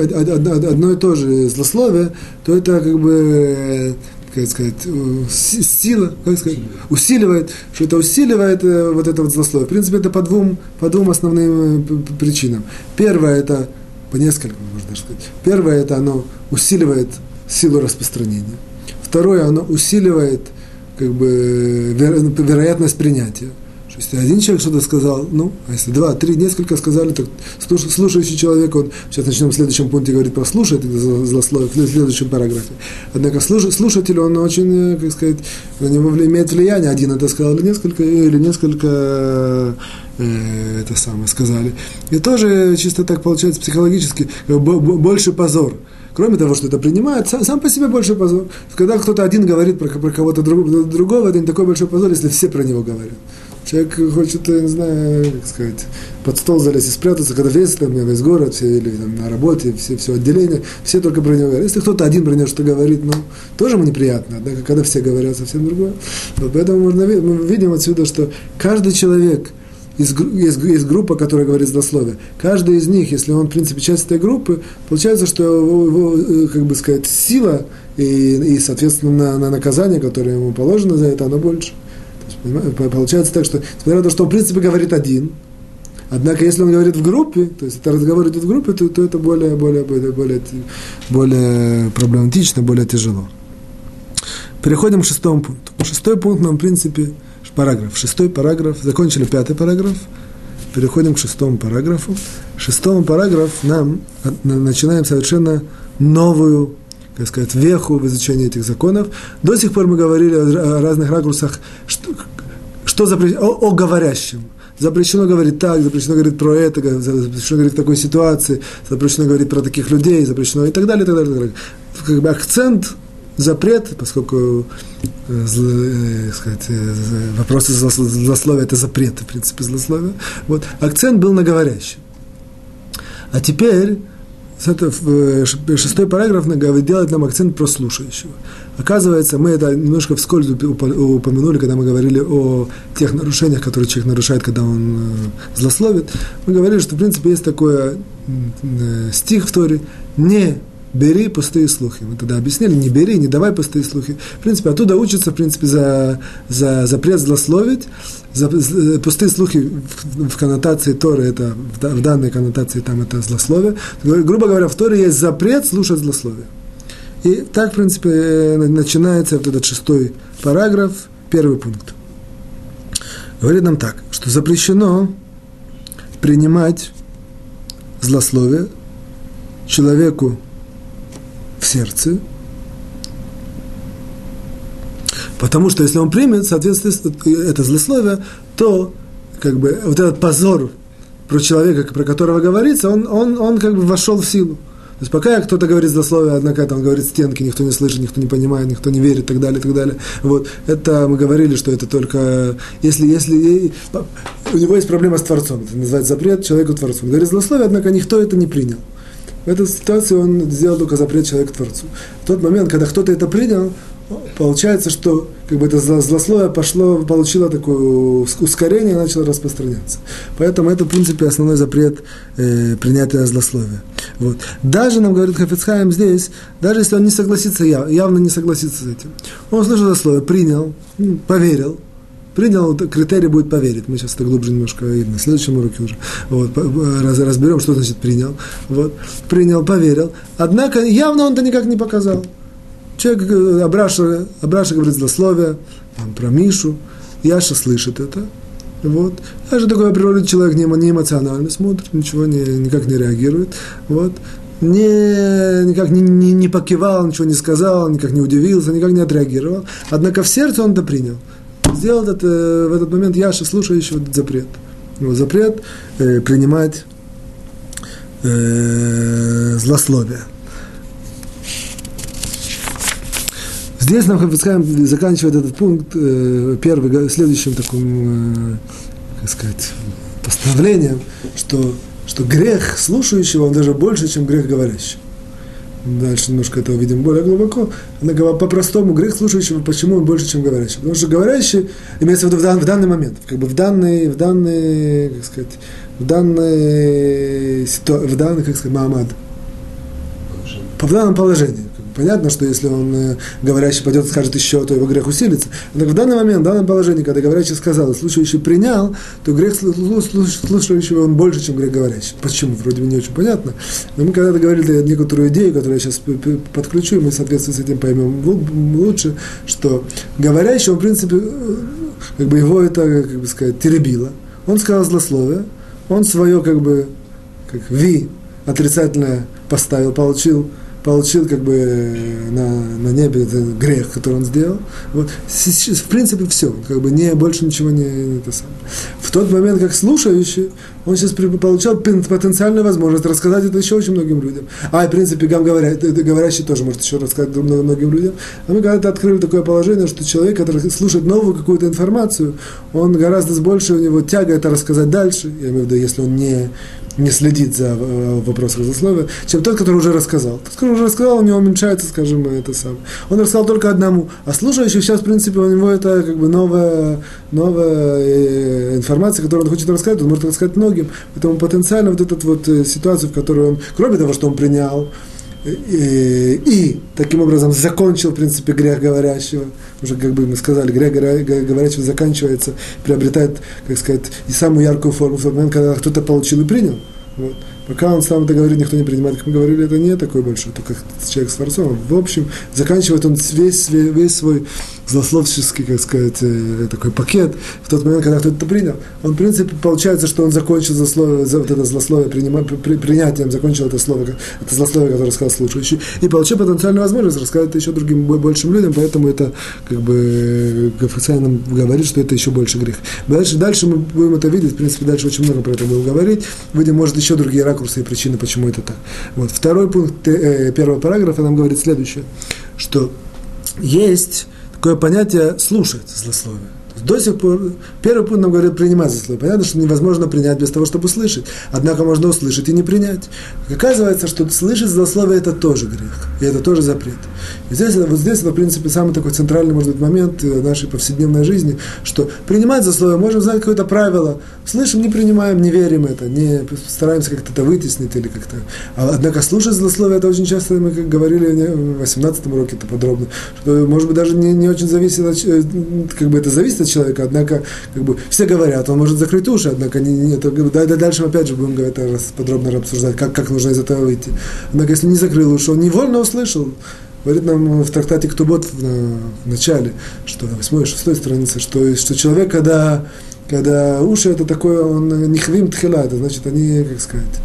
злословие, то это как бы, как сказать, сила, как сказать, усиливает, что это усиливает вот это вот злословие. В принципе, это по двум основным причинам. Первое, это по нескольким, можно даже сказать. Первое, это оно усиливает силу распространения. Второе, оно усиливает как бы вероятность принятия. Если один человек что-то сказал, а если два, три, несколько сказали, то слушающий человек, он, сейчас начнем в следующем пункте говорить про слушателя, злословие, в следующем параграфе. Однако слушатель, он очень, как сказать, на него имеет влияние, один это сказал, или несколько это самое сказали. И тоже чисто так получается психологически больше позор. Кроме того, что это принимает, сам по себе больше позор. Когда кто-то один говорит про кого-то другого, это не такой большой позор, если все про него говорят. Человек хочет, я не знаю, как сказать, под стол залезть и спрятаться, когда весь город, все, или там, на работе, все отделения, все только про него говорят. Если кто-то один про него что говорит, тоже ему неприятно, однако, когда все говорят совсем другое. Вот поэтому мы видим отсюда, что каждый человек, есть группа, которая говорит злословие, каждый из них, если он, в принципе, часть этой группы, получается, что его, как бы сказать, сила и соответственно, на наказание, которое ему положено за это, оно больше. Получается так, что, несмотря на то, что он, в принципе, говорит один, однако, если он говорит в группе, то есть это разговор идет в группе, то это более проблематично, более тяжело. Переходим к 6 пункту. 6 пункт нам, в принципе, параграф, 6 параграф, закончили 5 параграф, переходим к 6 параграфу. В 6 параграф нам начинаем совершенно новую, так сказать, веху в изучении этих законов. До сих пор мы говорили о разных ракурсах, что запрещено, о говорящем. Запрещено говорить так, запрещено говорить про это, запрещено говорить в такой ситуации, запрещено говорить про таких людей, запрещено и так далее, и так далее, и так далее. Как бы акцент, запрет, поскольку сказать, вопросы злословия – это запреты, в принципе, злословия. Вот, акцент был на говорящем. А теперь 6 параграф делает нам акцент про слушающего. Оказывается, мы это немножко вскользь упомянули, когда мы говорили о тех нарушениях, которые человек нарушает, когда он злословит. Мы говорили, что, в принципе, есть такой стих в Торе: «Не бери пустые слухи». Мы тогда объяснили: не бери, не давай пустые слухи. В принципе, оттуда учатся, в принципе, за запрет злословить. Пустые слухи в коннотации Торы, это в данной коннотации там это злословие. Грубо говоря, в Торе есть запрет слушать злословие. И так, в принципе, начинается вот этот 6 параграф, первый пункт. Говорит нам так, что запрещено принимать злословие человеку в сердце, потому что если он примет, соответственно, это злословие, то как бы вот этот позор про человека, про которого говорится, он как бы вошел в силу. То есть пока кто-то говорит злословие, однако он говорит стенки, никто не слышит, никто не понимает, никто не верит и так далее, и так далее. Вот. Это мы говорили, что это только если у него есть проблема с Творцом, это называется запрет человеку Творцу. Он говорит злословие, однако никто это не принял. В этой ситуации он сделал только запрет человеку Творцу. В тот момент, когда кто-то это принял, получается, что как бы это злословие получило такое ускорение и начало распространяться. Поэтому это, в принципе, основной запрет принятия злословия. Вот. Даже, нам говорит Хафец Хаим здесь, даже если он не согласится, явно не согласится с этим, он слышал злословие, принял, поверил, критерий будет поверить. Мы сейчас это глубже немножко видим на следующем уроке уже. Вот, разберем, что значит принял. Вот, принял, поверил. Однако явно он это никак не показал. Человек, Абраша говорит злословие, про Мишу, Яша слышит это. Вот. Яша такой по природе человек не эмоционально смотрит, ничего никак не реагирует. Вот. Никак не покивал, ничего не сказал, никак не удивился, никак не отреагировал. Однако в сердце он это принял. Сделал в этот момент Яша, слушающий этот запрет. Запрет принимать злословие. Здесь нам Хафец Хаим заканчивает этот пункт первый, следующим таким, как сказать, постановлением, что грех слушающего, он даже больше, чем грех говорящего. Дальше немножко это увидим более глубоко. По-простому, грех слушающего, почему он больше, чем говорящего? Потому что говорящий, имеется в виду в данный момент, как бы в данный, как сказать, в данный, как сказать, маамад, в данном положении. Понятно, что если он, говорящий, пойдет и скажет еще, то его грех усилится. Но в данный момент, в данном положении, когда говорящий сказал, и слушающий принял, то грех слушающего он больше, чем грех говорящего. Почему? Вроде бы не очень понятно. Но мы когда-то говорили некоторую идею, которую я сейчас подключу, и мы, соответственно, с этим поймем лучше, что говорящий, он, в принципе, как бы его это, как бы сказать, теребило. Он сказал злословие, он свое, как бы, как отрицательное поставил, получил как бы на небе грех, который он сделал. Вот. В принципе, все. Как бы больше ничего не это самое. В тот момент, как слушающий, он сейчас получал потенциальную возможность рассказать это еще очень многим людям. И в принципе, говорящий тоже может еще рассказать многим людям. А мы когда-то открыли такое положение, что человек, который слушает новую какую-то информацию, он гораздо больше, у него тяга это рассказать дальше, я имею в виду, если он не следит за вопросом злословия, чем тот, который уже рассказал. Тот, который уже рассказал, у него уменьшается, скажем, это самое. Он рассказал только одному, а слушающий сейчас, в принципе, у него это как бы новая информация, которую он хочет рассказать, он может рассказать многим. Поэтому потенциально вот эту вот ситуацию, в которую он, кроме того, что он принял, и таким образом закончил, в принципе, грех говорящего. Уже, как бы мы сказали, грех говорящего заканчивается, приобретает, как сказать, и самую яркую форму в тот момент, когда кто-то получил и принял. Вот. Пока он сам это говорит, никто не принимает, как мы говорили, это не такой большой, только человек с Творцом. В общем, заканчивает он весь свой злословческий, как сказать, такой пакет в тот момент, когда кто-то это принял. Он, в принципе, получается, что он закончил вот это злословие принятием, закончил это злословие, которое сказал слушающий, и получил потенциальную возможность рассказать это еще другим большим людям, поэтому это, как бы, официально говорит, что это еще больше грех. Дальше мы будем это видеть, в принципе, дальше очень много про это будем говорить, видим, может, еще другие ракурсы и причины, почему это так. Вот. Второй пункт первого параграфа нам говорит следующее, что есть такое понятие «слушать злословие». До сих пор, первый пункт нам говорит принимать злословие. Понятно, что невозможно принять без того, чтобы услышать. Однако можно услышать и не принять. Оказывается, что слышать злословие – это тоже грех. И это тоже запрет. И здесь это, в принципе, самый такой центральный, может быть, момент нашей повседневной жизни, что принимать злословие можем знать какое-то правило. Слышим, не принимаем, не верим это, не стараемся как-то это вытеснить или как-то. Однако слушать злословие – это очень часто, мы как говорили в 18-м уроке это подробно, что, может быть, даже не очень зависит от, как бы это зависит от человека, однако, как бы, все говорят, он может закрыть уши, однако, дальше мы опять же будем это подробно обсуждать, как нужно из этого выйти. Однако, если не закрыл уши, он невольно услышал. Говорит нам в трактате Ктубот в начале, что на 8-6 странице, что человек, когда уши это такое, он не хвим тхила, это значит, они, как сказать,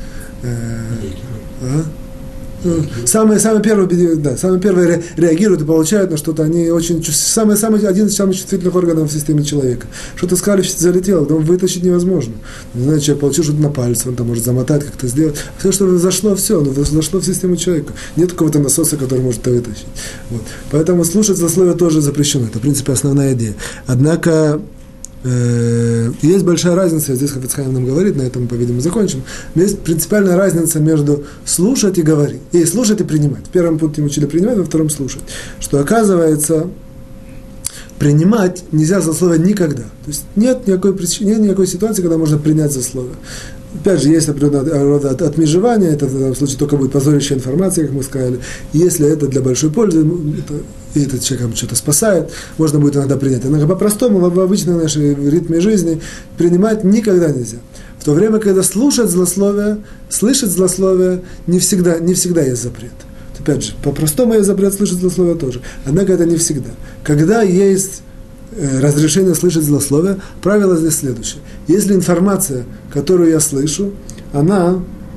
самые первые реагируют и получают на что-то, они очень один из самых чувствительных органов в системе человека. Что-то сказали, залетело, потом вытащить невозможно. Не знаю, человек получил что-то на пальце, он там может замотать, как-то сделать. Все, что зашло, зашло в систему человека. Нет какого-то насоса, который может это вытащить. Вот. Поэтому слушать злословие тоже запрещено. Это, в принципе, основная идея. Однако есть большая разница, здесь Хафец Хаим нам говорит, на этом, по-видимому, закончим. Есть принципиальная разница между слушать и говорить, и слушать и принимать. В первом пункте мы учили принимать, во втором слушать. Что оказывается, принимать нельзя злословие никогда. То есть нет никакой причины, нет никакой ситуации, когда можно принять злословие. Опять же, есть определенная рода отмежевания, это в данном случае только будет позорящая информация, как мы сказали. Если это для большой пользы, и этот человек что-то спасает, можно будет иногда принять. Однако по-простому, в обычной нашей ритме жизни, принимать никогда нельзя. В то время, когда слушать злословие, слышать злословие, не всегда есть запрет. Опять же, по-простому есть запрет слышать злословие тоже. Однако это не всегда. Когда есть разрешение слышать злословие, правило здесь следующее. Если информация, которую я слышу, она,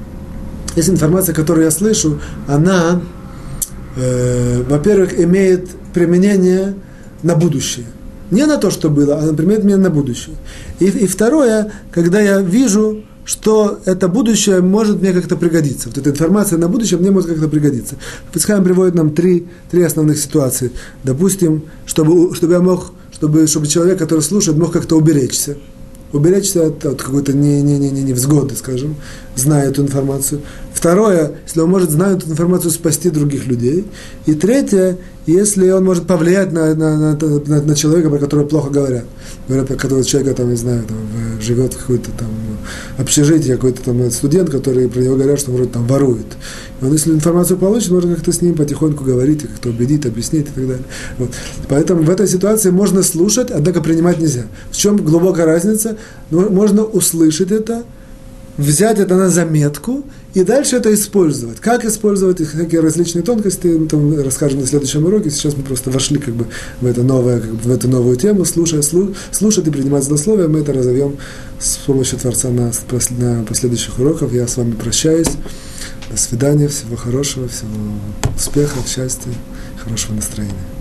во-первых, имеет применение на будущее. Не на то, что было, а применение на будущее. И второе, когда я вижу, что это будущее может мне как-то пригодиться. Вот эта информация на будущее мне может как-то пригодиться. Хафец приводит нам три основных ситуации. Допустим, чтобы человек, который слушает, мог как-то уберечься от какой-то невзгоды, скажем, зная эту информацию. Второе, если он может, зная эту информацию, спасти других людей. И третье, если он может повлиять на человека, про которого плохо говорят. Говорят, про которого человека, там, не знаю, там, живет в какой-то там общежитии, какой-то там студент, который про него говорят, что он вроде там ворует. И он, если информацию получит, можно как-то с ним потихоньку говорить, как-то убедить, объяснить и так далее. Вот. Поэтому в этой ситуации можно слушать, однако принимать нельзя. В чем глубокая разница? Можно услышать это, взять это на заметку и дальше это использовать. Как использовать, какие различные тонкости, мы там расскажем на следующем уроке. Сейчас мы просто вошли как бы в эту новую тему, слушать и принимать злословие. Мы это разовьем с помощью Творца на последующих уроках. Я с вами прощаюсь. До свидания, всего хорошего, всего успеха, счастья, хорошего настроения.